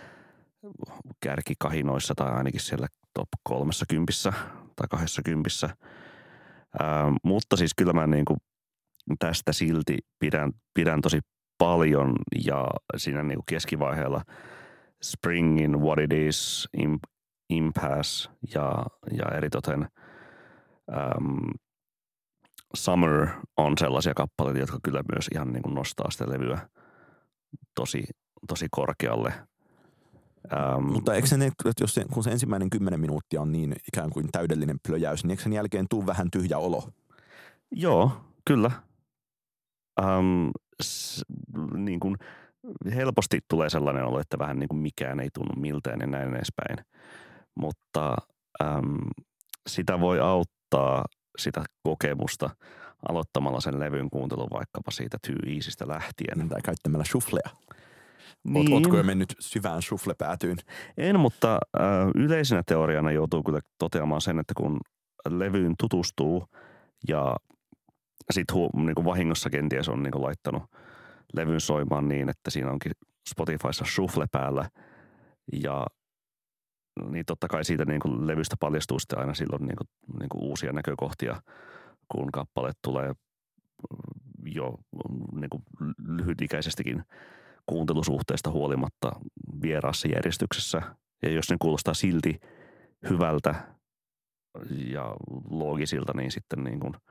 kärkikahinoissa tai ainakin siellä top kolmessa kympissä tai kahdessa kympissä. Ää, mutta siis kyllä mä niin kuin tästä silti pidän, pidän tosi paljon ja siinä niin kuin keskivaiheella Springin What It Is, Impasse ja, ja eritoten äm, Summer on sellaisia kappaleita, jotka kyllä myös ihan niin kuin nostaa sitä levyä tosi, tosi korkealle. Ähm, Mutta eikö se, ne, jos se, kun se ensimmäinen kymmenen minuuttia on niin ikään kuin täydellinen plöjäys, niin eikö sen jälkeen tuu vähän tyhjä olo? Joo, kyllä. Ähm, s, niin kuin helposti tulee sellainen olo, että vähän niin kuin mikään ei tunnu miltään ja näin edespäin. Mutta äm, sitä voi auttaa sitä kokemusta aloittamalla sen levyn kuuntelun vaikkapa siitä Too Easystä lähtien. Tai käyttämällä shufflea. Niin. Ootko jo mennyt syvään shufflepäätyyn? En, mutta äh, yleisenä teoriana joutuu kyllä toteamaan sen, että kun levyyn tutustuu ja sitten hu- niin vahingossa kenties on niin laittanut levyn soimaan niin, että siinä onkin Spotifyssa shuffle päällä ja niin totta kai siitä niin kuin levystä paljastuu sitten aina silloin niin kuin, niin kuin uusia näkökohtia, kun kappaleet tulee jo niin kuin lyhytikäisestikin kuuntelusuhteesta huolimatta vieraassa järjestyksessä. Ja jos ne kuulostaa silti hyvältä ja loogisilta, niin sitten niin kuin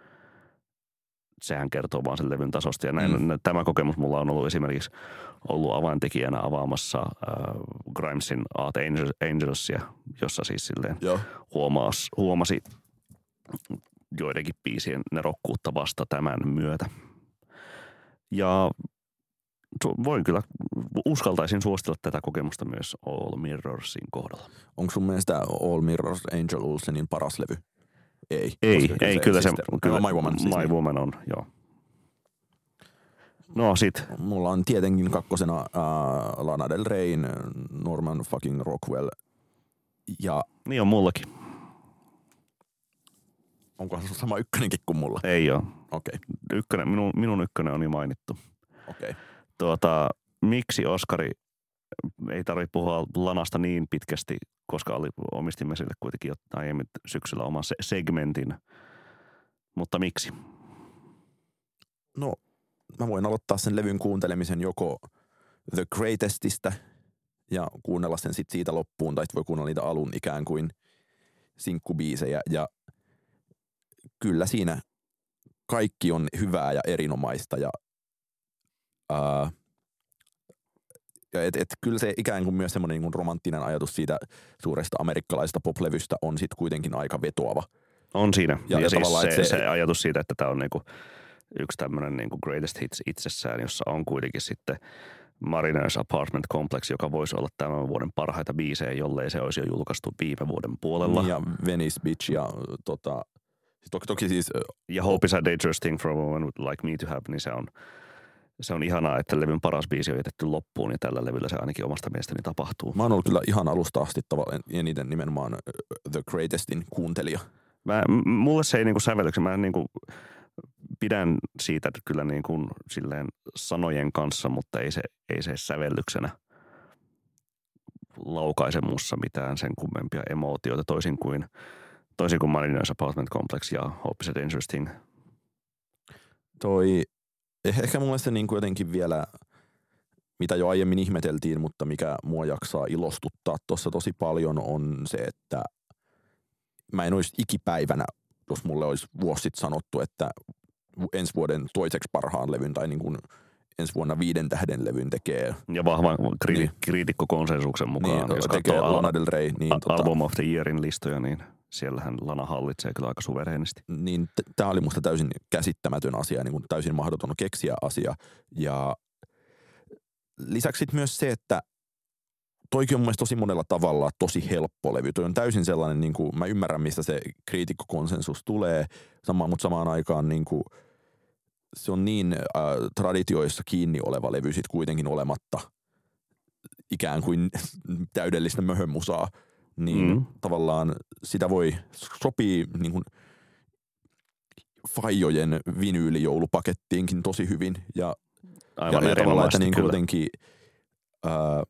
sehän kertoo vaan sen levyn tasosta. Ja näin, mm. tämä kokemus mulla on ollut esimerkiksi ollut avaintekijänä avaamassa äh, Grimesin Art Angelsia, jossa siis silleen huomasi, huomasi joidenkin biisien nerokkuutta vasta tämän myötä. Ja voin kyllä, uskaltaisin suositella tätä kokemusta myös All Mirrorsin kohdalla. Onko sun mielestä All Mirrors Angel Olsenin paras levy? Ei. Ei, ei se kyllä se, kyllä My Woman, siis My niin. Woman on, joo. No sit. Mulla on tietenkin kakkosena uh, Lana Del Reyn Norman fucking Rockwell. Ja niin on mullakin. Onkohan se sama ykkönenkin kuin mulla? Ei oo. Okei. Okay. Ykkönen, minun, minun ykkönen on jo mainittu. Okei. Okay. Tuota, miksi Oskari, ei tarvitse puhua Lanasta niin pitkästi, koska oli, omistimme sille kuitenkin jo aiemmin syksyllä oman se- segmentin. Mutta miksi? No, mä voin aloittaa sen levyn kuuntelemisen joko The Greatestistä ja kuunnella sen sit siitä loppuun, tai voi kuunnella niitä alun ikään kuin sinkkubiisejä. Ja kyllä siinä kaikki on hyvää ja erinomaista ja Uh, ja et, et, kyllä se ikään kuin myös semmoinen niin kuin romanttinen ajatus siitä suuresta amerikkalaisesta poplevystä on sitten kuitenkin aika vetoava. On siinä. Ja, ja, ja siis se, se, se ajatus siitä, että tämä on niinku yksi tämmöinen niinku greatest hits itsessään, jossa on kuitenkin sitten Mariners Apartment Complex, joka voisi olla tämän vuoden parhaita biisejä, jollei se olisi jo julkaistu viime vuoden puolella. Ja Venice Beach ja tota, toki, toki siis... Ja Hope is a dangerous thing for a woman like me to have, niin se on... Se on ihanaa, että levyn paras biisi on jätetty loppuun ja tällä levyllä se ainakin omasta mielestäni tapahtuu. Mä oon ollut kyllä ihan alusta asti tavallaan eniten nimenomaan The Greatestin kuuntelija. Mä, mulle se ei niinku sävellyksen. Mä niinku pidän siitä kyllä niinku silleen sanojen kanssa, mutta ei se, ei se sävellyksenä laukaise mussa mitään sen kummempia emootioita toisin kuin, toisin kuin Mariners Apartment Complex ja Hope is a Dangerous Thing. Toi... Ehkä mun mielestä niin kuin jotenkin vielä, mitä jo aiemmin ihmeteltiin, mutta mikä mua jaksaa ilostuttaa tuossa tosi paljon on se, että mä en olisi ikipäivänä, jos mulle olisi vuosi sitten sanottu, että ensi vuoden toiseksi parhaan levyn tai niin kuin ensi vuonna viiden tähden levyn tekee. Ja vahvan kriiti- niin. kriitikkokonsensuksen mukaan, niin, jos tekee katsoo Lana Del Rey, niin al- tota, Album of the Yearin listoja, niin siellähän Lana hallitsee kyllä aika suvereenisti. Niin t- tämä oli musta täysin käsittämätön asia, niin kuin täysin mahdoton keksiä asia. Ja lisäksi myös se, että toikin on mun mielestä tosi monella tavalla tosi helppo levy. Toi on täysin sellainen, niin kuin, mä ymmärrän mistä se kriitikkokonsensus tulee, sama, mutta samaan aikaan niin kuin, se on niin äh, traditioissa kiinni oleva levy sit kuitenkin olematta ikään kuin täydellistä möhönmusaa. Niin mm. tavallaan sitä voi sopii niin kuin Faijojen vinyylijoulupakettiinkin tosi hyvin. Ja, Aivan ja tavallaan, että niin kyllä. kuitenkin ää,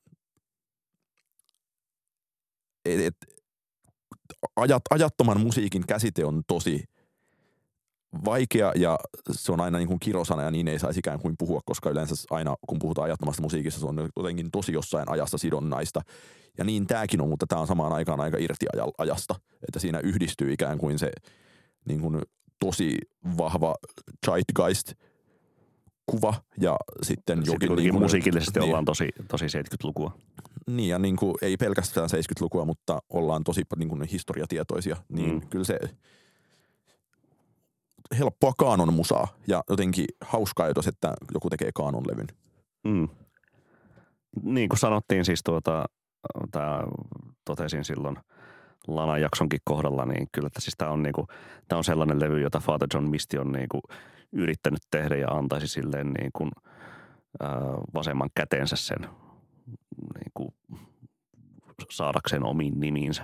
et, et, ajat, ajattoman musiikin käsite on tosi vaikea ja se on aina niin kuin kirosana ja niin ei saisi ikään kuin puhua, koska yleensä aina kun puhutaan ajattomasta musiikista, se on jotenkin tosi jossain ajassa sidonnaista. Ja niin tämäkin on, mutta tämä on samaan aikaan aika irti ajasta, että siinä yhdistyy ikään kuin se niin kuin tosi vahva zeitgeist-kuva ja sitten sitten jokin niin kuin, musiikillisesti niin, ollaan tosi, tosi seitsemänkymmentälukua. Niin ja niin kuin, ei pelkästään seitsemänkymmentälukua, mutta ollaan tosi niin kuin historiatietoisia, niin mm. kyllä se helppoa kaanon musaa ja jotenkin hauskaa ajatus, että joku tekee kaanon levyn. Mm. Niin kuin sanottiin siis tuota, tää, totesin silloin Lanan jaksonkin kohdalla, niin kyllä että siis tämä on, niinku, tää on sellainen levy, jota Father John Misty on niinku yrittänyt tehdä ja antaisi silleen niinku, ää, vasemman käteensä sen niinku, saadakseen omiin nimiinsä.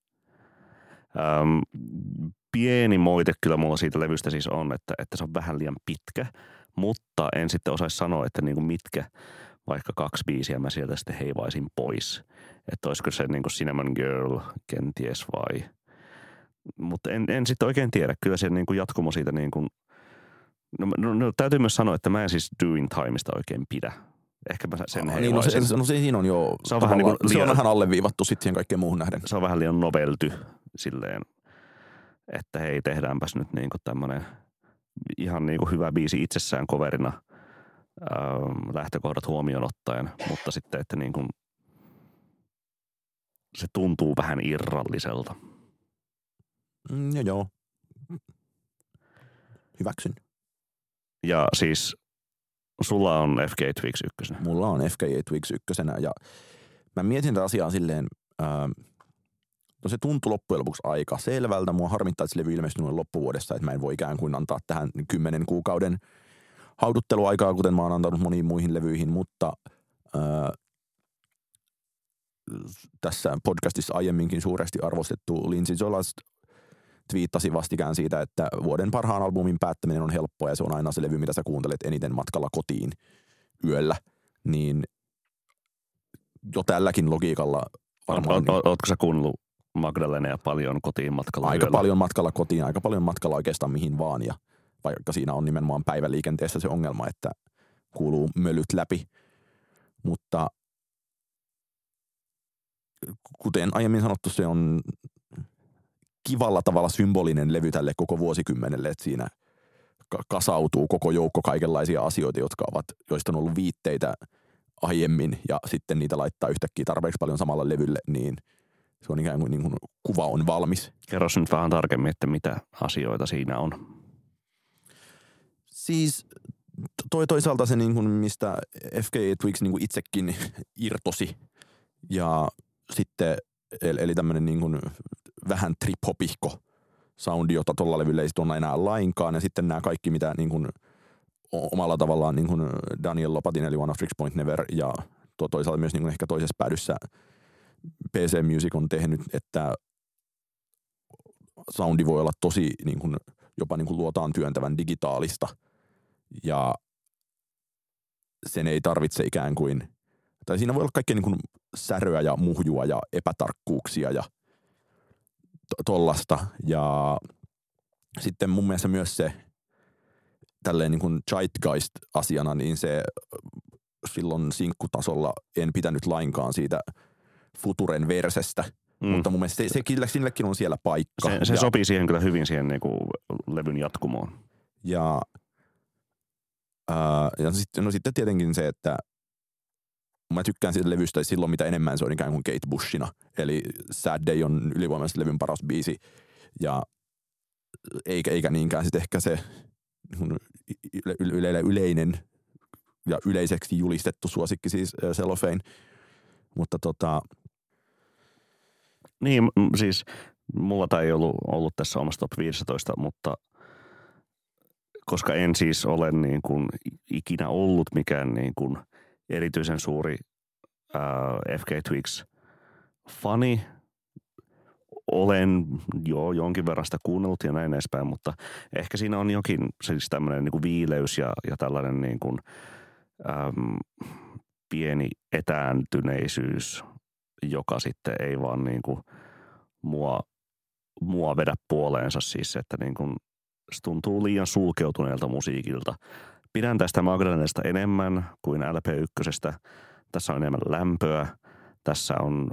Ähm, pieni moite kyllä mulla siitä levystä siis on, että, että se on vähän liian pitkä, mutta en sitten osaisi sanoa, että niinku mitkä vaikka kaksi biisiä mä sieltä sitten heivaisin pois. Että olisiko se niinku Cinnamon Girl kenties vai. Mutta en, en sitten oikein tiedä. Kyllä se niinku jatkumo siitä niinku, no, no, no täytyy myös sanoa, että mä en siis Doing Timeista oikein pidä. Ehkä mä sen ah, niin, no, se, no se siinä on jo, se on vähän, niinku liian, se on vähän alleviivattu sitten siihen kaikkeen muuhun nähden. Se on vähän liian novelty silleen, että hei tehdäänpäs nyt niinku tämmönen ihan niinku hyvä biisi itsessään coverina. Ähm, lähtökohdat huomioon ottaen, mutta sitten, että niin kuin se tuntuu vähän irralliselta. Mm, joo, joo. Hyväksyn. Ja siis sulla on F K Twigs ykkösenä. Mulla on F K Twigs ykkösenä ja mä mietin tätä asiaa silleen, ähm, no se tuntui loppujen lopuksi aika selvältä. Mua harmittaa, että se levy ilmestyi noin loppuvuodesta, että mä en voi ikään kuin antaa tähän kymmenen kuukauden haudutteluaikaa, kuten mä oon antanut moniin muihin levyihin, mutta ää, tässä podcastissa aiemminkin suuresti arvostettu Lindsay Zolas twiittasi vastikään siitä, että vuoden parhaan albumin päättäminen on helppoa ja se on aina se levy, mitä sä kuuntelet eniten matkalla kotiin yöllä, niin jo tälläkin logiikalla varmaan. Oot, oot, ootko sä kuunnellut Magdalenea paljon kotiin matkalla Aika yöllä? paljon matkalla kotiin, aika paljon matkalla oikeastaan mihin vaan ja vaikka siinä on nimenomaan päiväliikenteessä se ongelma, että kuuluu mölyt läpi. Mutta kuten aiemmin sanottu, se on kivalla tavalla symbolinen levy tälle koko vuosikymmenelle, että siinä kasautuu koko joukko kaikenlaisia asioita, jotka ovat, joista on ollut viitteitä aiemmin ja sitten niitä laittaa yhtäkkiä tarpeeksi paljon samalla levylle, niin se on ikään kuin, niin kuin kuva on valmis. Kerros nyt vähän tarkemmin, että mitä asioita siinä on. Siis toi toisaalta se, niin kuin, mistä F K Twigs niin kuin itsekin irtosi ja sitten, eli tämmöinen niin kuin vähän trip-hopihko soundi, jota tuolla levyllä ei ole enää lainkaan. Ja sitten nämä kaikki, mitä niin kuin, omalla tavallaan niin kuin Daniel Lopatin, eli One of Tricks Point Never, ja tuo toisaalta myös niin kuin ehkä toisessa päädyssä P C Music on tehnyt, että soundi voi olla tosi niin kuin, jopa niin kuin luotaan työntävän digitaalista. Ja sen ei tarvitse ikään kuin, tai siinä voi olla kaikkea niin kuin säröä ja muhjua ja epätarkkuuksia ja to- tollasta. Ja sitten mun mielestä myös se tälleen niin kuin zeitgeist-asiana, niin se silloin sinkkutasolla en pitänyt lainkaan siitä Futuren versestä. Mm. Mutta mun mielestä se, se, silläkin on siellä paikka. Se, se ja, sopii siihen kyllä hyvin siihen niin kuin levyn jatkumoon. Ja Uh, ja sitten, no sitten tietenkin se, että mä tykkään siitä levystä silloin, mitä enemmän se on ikään kuin Kate Bushina. Eli Sad Day on ylivoimaisesti levyn paras biisi. Ja eikä, eikä niinkään sitten ehkä se yle, yle, yleinen ja yleiseksi julistettu suosikki, siis Cellophane. Mutta tota... Niin, m- siis mulla tämä ei ollut, ollut tässä omassa top viisitoista, mutta koska en siis ole niin kuin ikinä ollut mikään niin kuin erityisen suuri ää, F K Twigs fani. Olen jo jonkin verran sitä kuunnellut ja näin edespäin, mutta ehkä siinä on jokin siis tämmöinen niin kuin viileys ja, ja tällainen niin kuin, äm, pieni etääntyneisyys, joka sitten ei vaan niin kuin mua, mua vedä puoleensa. Siis, että niin kuin se tuntuu liian sulkeutuneelta musiikilta. Pidän tästä Magdalenesta enemmän kuin L P yksi. Tässä on enemmän lämpöä. Tässä on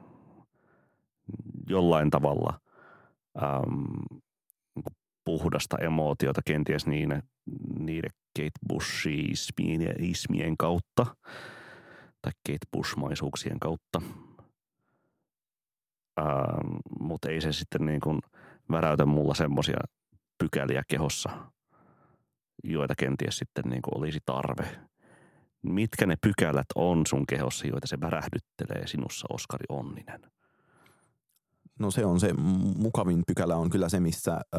jollain tavalla äm, puhdasta emootiota, kenties niiden, niiden Kate Bush-ismien kautta tai Kate Bush-maisuuksien kautta. Ähm, mutta ei se sitten niin kuin väräytä mulla semmoisia pykäliä kehossa, joita kenties sitten niin kuin olisi tarve. Mitkä ne pykälät on sun kehossa, joita se värähdyttelee sinussa, Oskari Onninen? No se on se mukavin pykälä on kyllä se, missä äh,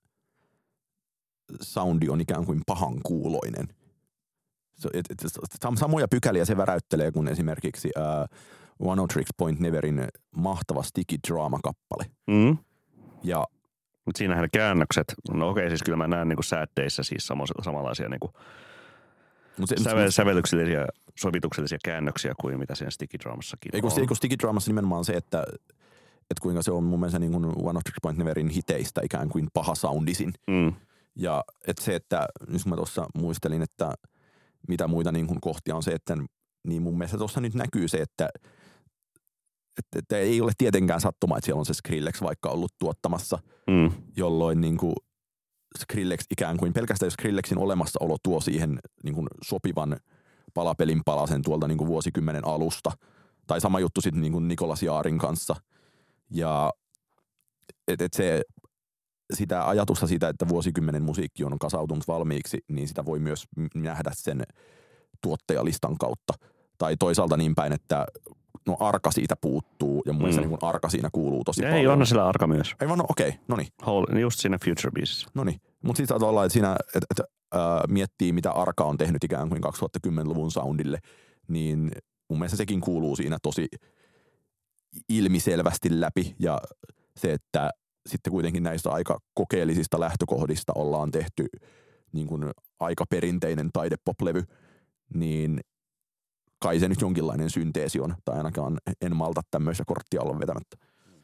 soundi on ikään kuin pahan kuuloinen. So, et, et, samoja pykäliä se väräyttelee kuin esimerkiksi äh, One Oh Tricks Point Neverin mahtava Sticky Drama-kappale. Mm. Ja mutta siinähän käännökset, no okei, siis kyllä mä näen niinku säätteissä siis samanlaisia niinku no se, säve, sävellyksellisiä, sovituksellisia käännöksiä kuin mitä siinä Sticky Dramassakin ei, on. Eikö Sticky Dramassa nimenomaan se, että että kuinka se on mun mielestä niin kuin One of Tricks Point Neverin hiteistä ikään kuin paha soundisin. Mm. Ja että se, että nyt kun mä tuossa muistelin, että mitä muita niin kuin kohtia on se, että niin mun mielestä tuossa nyt näkyy se, että, että, että ei ole tietenkään sattuma, että siellä on se Skrillex vaikka ollut tuottamassa, mm. jolloin niin kuin Skrillex ikään kuin pelkästään jos Skrillexin olemassaolo tuo siihen niin kuin sopivan palapelin palasen tuolta niin kuin vuosikymmenen alusta. Tai sama juttu sitten niin kuin Nicolas Jaarin kanssa. Ja et, et se, sitä ajatusta siitä, että vuosikymmenen musiikki on kasautunut valmiiksi, niin sitä voi myös nähdä sen tuottajalistan kautta. Tai toisaalta niin päin, että no arka siitä puuttuu ja mun mielestä mm. niin arka siinä kuuluu tosi ei, paljon. Ei, on sillä arka myös. Ei vaan, no okei, okay, no niin. Just siinä Future Beatsissä. No niin, mutta sitten saattaa olla, että siinä et, et, äh, miettii, mitä arka on tehnyt ikään kuin kaksituhattakymmenluvun soundille, niin mun mielestä sekin kuuluu siinä tosi ilmiselvästi läpi ja se, että sitten kuitenkin näistä aika kokeellisista lähtökohdista ollaan tehty niin kuin aika perinteinen taidepop-levy, niin kai se nyt jonkinlainen synteesi on, tai ainakaan en malta tämmöistä korttia olla vetämättä.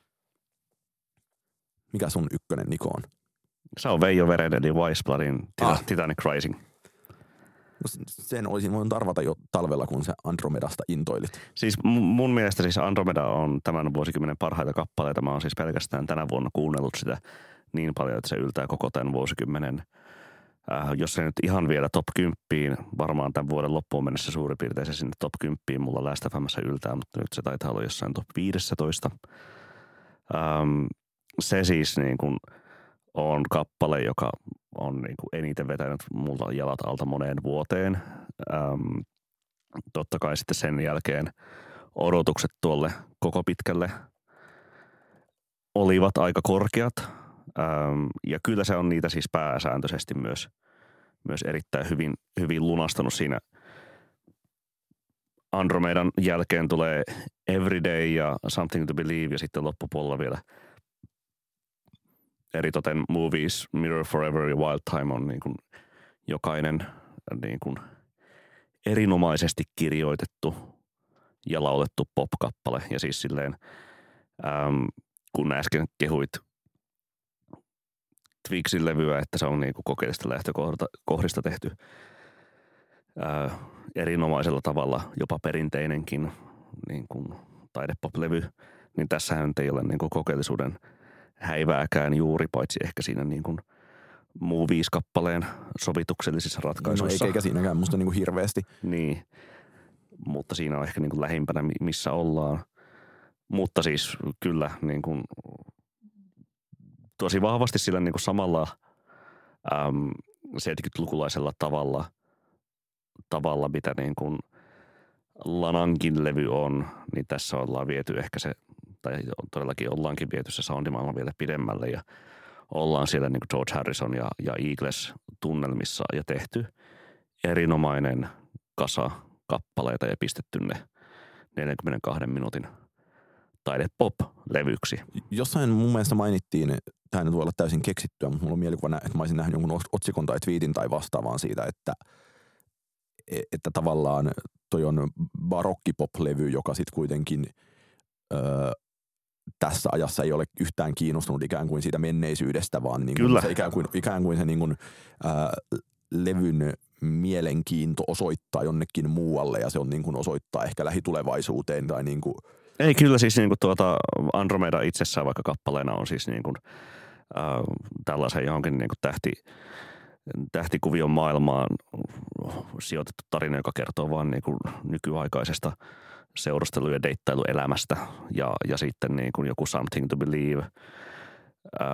Mikä sun ykkönen, Niko, on? Se on Veijo Veren, eli Wisebloodin ah. Titanic Rising. No sen olisin voinut arvata jo talvella, kun se Andromedasta intoilit. Siis mun mielestä siis Andromeda on tämän vuosikymmenen parhaita kappaleita. Mä oon siis pelkästään tänä vuonna kuunnellut sitä niin paljon, että se yltää koko tämän vuosikymmenen. Äh, jos se nyt ihan vielä top kymmenen, varmaan tämän vuoden loppuun mennessä suurin piirtein se sinne top kymmenen mulla Last F M:ssä yltää, mutta nyt se taitaa olla jossain top viisitoista. Ähm, se siis niin kuin on kappale, joka on niin kuin eniten vetänyt multa jalat alta moneen vuoteen. Ähm, totta kai sitten sen jälkeen odotukset tuolle koko pitkälle olivat aika korkeat. Ähm, ja kyllä se on niitä siis pääsääntöisesti myös, myös erittäin hyvin, hyvin lunastanut siinä. Andromedan jälkeen tulee Everyday ja Something to Believe ja sitten loppupuolella vielä eritoten Movies, Mirror Forever ja Wild Time on niin kuin jokainen niin kuin erinomaisesti kirjoitettu ja laulettu pop-kappale. Ja siis silleen, äm, kun äsken kehuit Twigsin levyä, että se on niin kuin kokeellista lähtökohdista tehty ää, erinomaisella tavalla, jopa perinteinenkin niin kuin taidepop-levy, niin tässähän ei ole niin kuin kokeellisuuden häivääkään juuri, paitsi ehkä siinä niin kuin Movies-kappaleen sovituksellisissa ratkaisuissa. No eikä siinäkään musta niin kuin hirveästi. Niin, mutta siinä on ehkä niin kuin lähimpänä, missä ollaan. Mutta siis kyllä niin kuin tosi vahvasti sillä niin kuin samalla äm, seitsemänkymmentälukulaisella tavalla, tavalla mitä niin kuin Lanankin levy on, niin tässä ollaan viety ehkä se, tai todellakin ollaankin viety se soundimaailma vielä pidemmälle ja ollaan siellä niin kuin George Harrison ja, ja Eagles tunnelmissa ja tehty erinomainen kasa kappaleita ja pistetty ne neljänkymmenenkahden minuutin taidepop-levyksi. Jossain mun mielestä mainittiin, tämä nyt voi olla täysin keksittyä, mutta mulla on mielikuva, että mä olisin nähnyt jonkun otsikon tai tweetin tai vastaavaan siitä, että, että tavallaan toi on barokkipop-levy, joka sitten kuitenkin öö, tässä ajassa ei ole yhtään kiinnostunut ikään kuin siitä menneisyydestä, vaan niin kuin se ikään kuin, ikään kuin se niin kuin, ää, levyn mielenkiinto osoittaa jonnekin muualle ja se on niin kuin osoittaa ehkä lähitulevaisuuteen tai niin kuin. Ei, kyllä siis niin kuin tuota Andromeda itsessään vaikka kappaleena on siis niin kuin, äh, tällaisen johonkin niin kuin tähti, tähtikuvion maailmaan sijoitettu tarina, joka kertoo vaan niin kuin nykyaikaisesta seurustelu- ja deittailuelämästä ja, ja sitten niin kuin joku Something to Believe äh,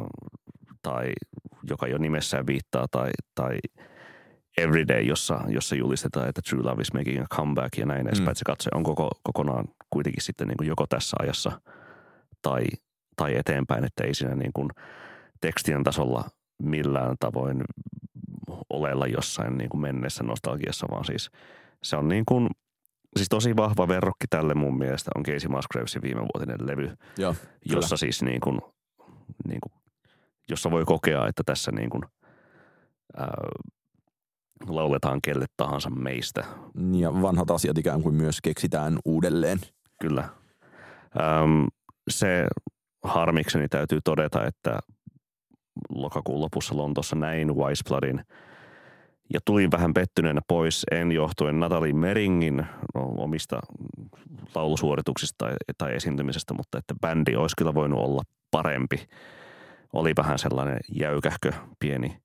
tai joka jo nimessään viittaa tai, tai Everyday, jossa, jossa julistetaan, että True Love is making a comeback ja näin edespäin. Mm. Se katse on koko, kokonaan kuitenkin sitten niin kuin joko tässä ajassa tai, tai eteenpäin, että ei siinä niin kuin tekstien tasolla millään tavoin olella jossain niin kuin menneessä nostalgiassa, vaan siis se on niin kuin, siis tosi vahva verrokki tälle mun mielestä on Casey Musgravesin viimevuotinen levy, Joo, jossa kyllä. siis niin kuin, niin kuin, jossa voi kokea, että tässä niin kuin, ää, lauletaan kelle tahansa meistä. Ja vanhat asiat ikään kuin myös keksitään uudelleen. Kyllä. Öm, se harmikseni täytyy todeta, että lokakuun lopussa Lontoossa näin Wisebloodin ja tulin vähän pettyneenä pois, en johtuen Natalie Meringin omista laulusuorituksista tai, tai esiintymisestä, mutta että bändi olisi kyllä voinut olla parempi. Oli vähän sellainen jäykähkö, pieni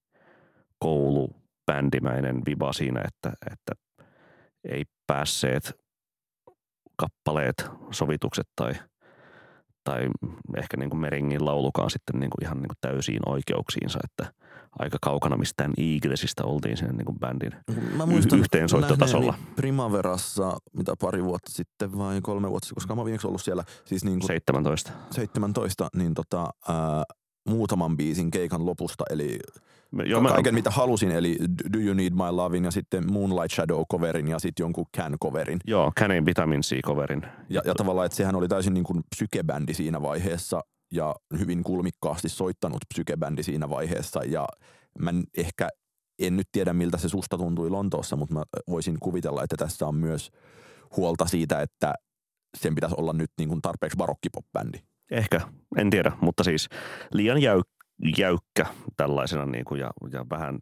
koulubändimäinen viba siinä, että, että ei päässeet kappaleet, sovitukset tai, tai ehkä niin kuin Meringin laulukaan sitten niin kuin ihan niin kuin täysiin oikeuksiinsa, että aika kaukana mistään Eaglesista oltiin siinä niin kuin bändin Mä muistan yhteensoittotasolla. Primaverassa, mitä pari vuotta sitten vai kolme vuotta sitten, koska mä oon viimeksi ollut siellä. Siis niin kuin seitsemäntoista. seitsemäntoista, niin tota, ää, muutaman biisin keikan lopusta, eli Joo, kaiken mä... mitä halusin, eli Do You Need My Lovin ja sitten Moonlight Shadow coverin ja sitten jonkun Can coverin. Joo, Canin Vitamin C coverin. Ja, ja tavallaan, että sehän oli täysin niin kuin psykebändi siinä vaiheessa ja hyvin kulmikkaasti soittanut psykebändi siinä vaiheessa ja mä ehkä en nyt tiedä miltä se susta tuntui Lontoossa, mutta mä voisin kuvitella, että tässä on myös huolta siitä, että sen pitäisi olla nyt niin kuin tarpeeksi barokkipop-bändi. Ehkä, en tiedä, mutta siis liian jäy, jäykkä tällaisena niin kuin ja, ja vähän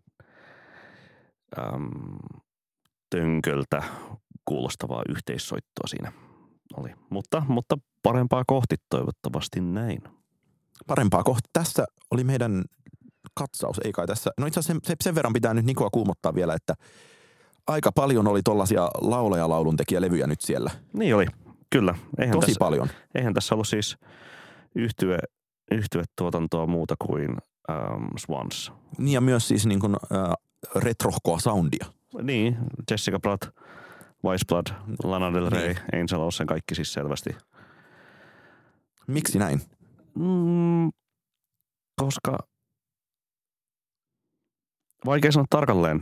äm, tönköltä kuulostavaa yhteissoittoa siinä oli. Mutta, mutta parempaa kohti toivottavasti näin. Parempaa kohti. Tässä oli meidän katsaus, ei kai tässä. No itse asiassa sen, sen verran pitää nyt Nikoa kuumottaa vielä, että aika paljon oli tollaisia laulaja-lauluntekijälevyjä nyt siellä. Niin oli, kyllä. Eihän Tosi tässä, paljon. Eihän tässä ollut siis yhtye, yhtyetuotantoa muuta kuin ähm, Swans. Niin ja myös siis niin kuin äh, retrohkoa soundia. Niin, Jessica Blatt, Wiseblood, Lana Del Rey, niin. Angel Olsen, kaikki siis selvästi. Miksi näin? Mm, koska vaikea sanoa tarkalleen.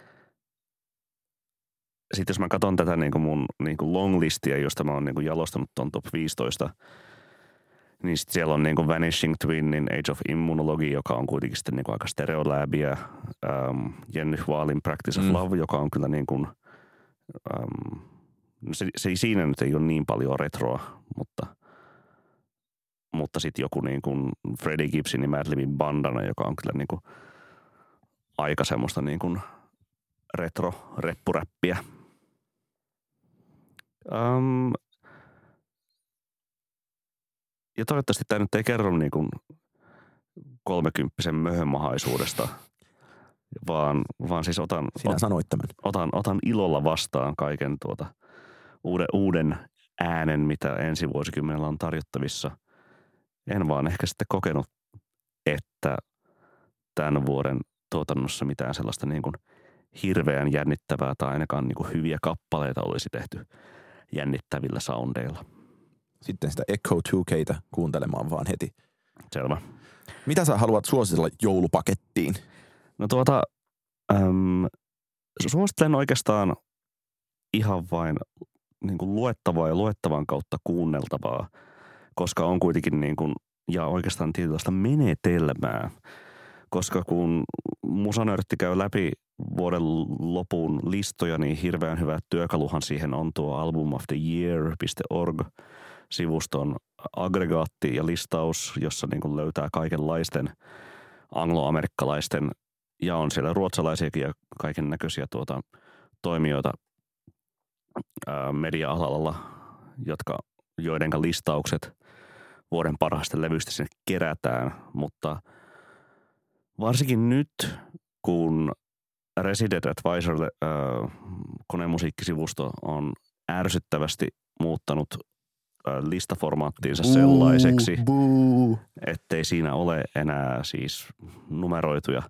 Sitten jos mä katson tätä niin kuin mun niin kuin longlistia, josta mä oon niin kuin jalostanut ton top viisitoista, niin sit siellä on niin kuin Vanishing Twinin Age of Immunology, joka on kuitenkin sitten niin kuin aika stereolääbiä. Ähm, Jenny Hvalin Practice of Mm. Love, joka on kyllä niin kuin, ähm, se, se siinä nyt ei ole niin paljon retroa, mutta, mutta sitten joku niin kuin Freddie Gibsonin Mad Living Bandana, joka on kyllä niin kuin aika semmoista niin kuin retro-reppuräppiä. Um, ja toivottavasti tämä nyt ei kerro niin kuin kolmekymppisen möhönmahaisuudesta, vaan, vaan siis otan, Sinä ot, sanoit tämän. otan, otan ilolla vastaan kaiken tuota uuden, uuden äänen, mitä ensi vuosikymmenellä on tarjottavissa. En vaan ehkä sitten kokenut, että tämän vuoden tuotannossa mitään sellaista niin kuin hirveän jännittävää tai ainakaan niin kuin hyviä kappaleita olisi tehty jännittävillä soundeilla. Sitten sitä Echo two K:tä kuuntelemaan vaan heti. Selvä. Mitä sä haluat suositella joulupakettiin? No tuota, äm, suosittelen oikeastaan ihan vain niin kuin luettavaa ja luettavan kautta kuunneltavaa, koska on kuitenkin niin kuin, ja oikeastaan tietynlaista menetelmää, koska kun musanörtti käy läpi vuoden lopun listoja, niin hirveän hyvä työkaluhan siihen on tuo album of the year piste org-sivuston aggregaatti ja listaus, jossa niin kuin löytää kaikenlaisten angloamerikkalaisten ja on siellä ruotsalaisiakin ja kaiken näköisiä tuota, toimijoita ää, media-alalla, jotka, joidenka listaukset vuoden parhaista levyistä sinne kerätään, mutta varsinkin nyt, kun Resident Advisor äh, konemusiikkisivusto on ärsyttävästi muuttanut äh, listaformaattiinsa buu, sellaiseksi, buu. ettei siinä ole enää siis numeroituja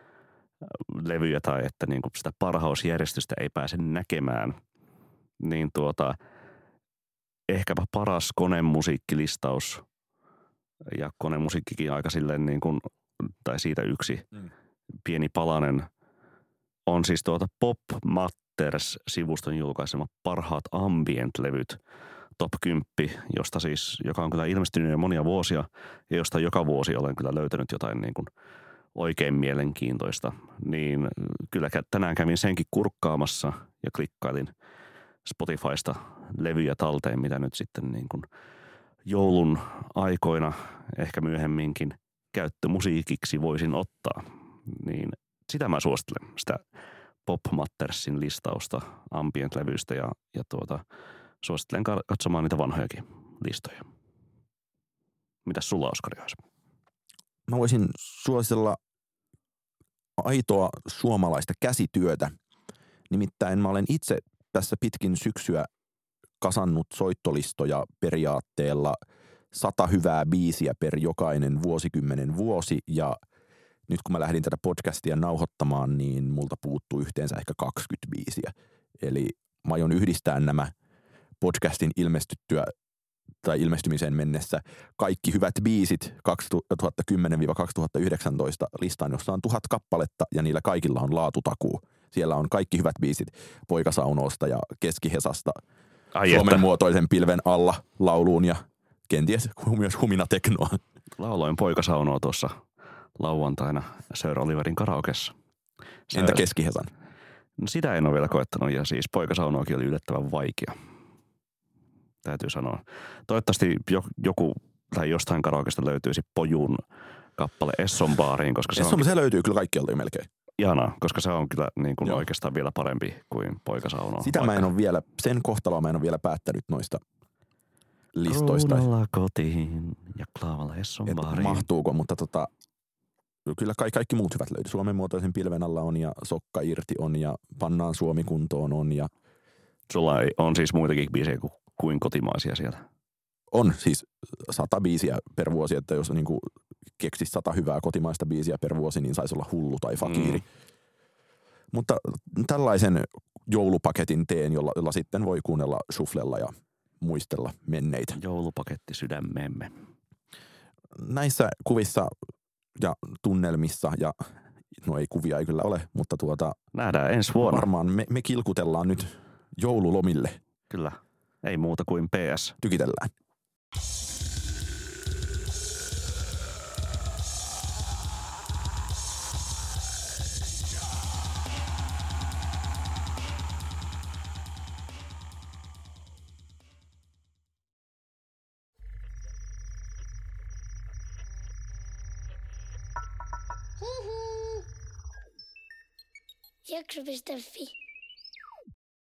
levyjä tai että niinku sitä parhausjärjestystä ei pääse näkemään, niin tuota, ehkäpä paras konemusiikkilistaus ja konemusiikkikin aika silleen niin kuin, tai siitä yksi mm. pieni palanen on siis tuota Pop Matters-sivuston julkaisema parhaat ambient-levyt top kymmenen, josta siis, joka on kyllä ilmestynyt jo monia vuosia ja josta joka vuosi olen kyllä löytänyt jotain niin kuin oikein mielenkiintoista. Niin kyllä tänään kävin senkin kurkkaamassa ja klikkailin Spotifysta levyjä talteen, mitä nyt sitten niin kuin joulun aikoina, ehkä myöhemminkin käyttömusiikiksi voisin ottaa. Niin sitä mä suosittelen, sitä Pop Mattersin listausta ambient-levyistä ja, ja tuota, suosittelen katsomaan niitä vanhojakin listoja. Mitäs sulla, Oskari, olisi? Mä voisin suositella aitoa suomalaista käsityötä. Nimittäin mä olen itse tässä pitkin syksyä kasannut soittolistoja periaatteella sata hyvää biisiä per jokainen vuosikymmenen vuosi ja nyt kun mä lähdin tätä podcastia nauhoittamaan, niin multa puuttuu yhteensä ehkä kaksikymmentä biisiä. Eli mä aion yhdistää nämä podcastin ilmestyttyä tai ilmestymiseen mennessä kaikki hyvät biisit kaksituhattakymmenen kaksituhattayhdeksäntoista listaan, jossa on tuhat kappaletta ja niillä kaikilla on laatutakuu. Siellä on kaikki hyvät biisit Poikasaunoosta ja Keski-Hesasta, Ai Suomen että. muotoisen pilven alla lauluun ja kenties myös huminateknoa. Lauloin Poikasaunoa tuossa lauantaina Sir Oliverin karaokessa. Sä Entä Keski-Hesan? No sitä en ole vielä koettanut ja siis Poikasaunoakin oli yllättävän vaikea. Täytyy sanoa. Toivottavasti joku tai jostain karaokesta löytyisi Pojun kappale Esson baariin, koska se, Esson, on, se löytyy kyllä kaikkialta melkein. Ihanaa, koska se on kyllä niin kuin oikeastaan vielä parempi kuin Poikasauno. Sitä vaikka. Mä en ole vielä, sen kohtaloa mä en ole vielä päättänyt noista listoista. Kruunalla kotiin ja klaavalla Esson baariin. Mahtuuko, mutta tota, kyllä kaikki, kaikki muut hyvät löytyy. Suomen muotoisen pilven alla on ja Sokka irti on ja Pannaan Suomi kuntoon on ja sulla on siis muitakin biisejä kuin, kuin kotimaisia siellä? On siis sata biisiä per vuosi, että jos niin keksisi sata hyvää kotimaista biisiä per vuosi, niin saisi olla hullu tai fakiiri. Mm. Mutta tällaisen joulupaketin teen, jolla, jolla sitten voi kuunnella shufflella ja muistella menneitä. Joulupaketti sydämemme. Näissä kuvissa ja tunnelmissa ja no ei kuvia ei kyllä ole, mutta tuota nähdään ensi vuonna. Varmaan me, me kilkutellaan nyt joululomille. Kyllä. Ei muuta kuin P S. Tykitellään. Jakso piste fi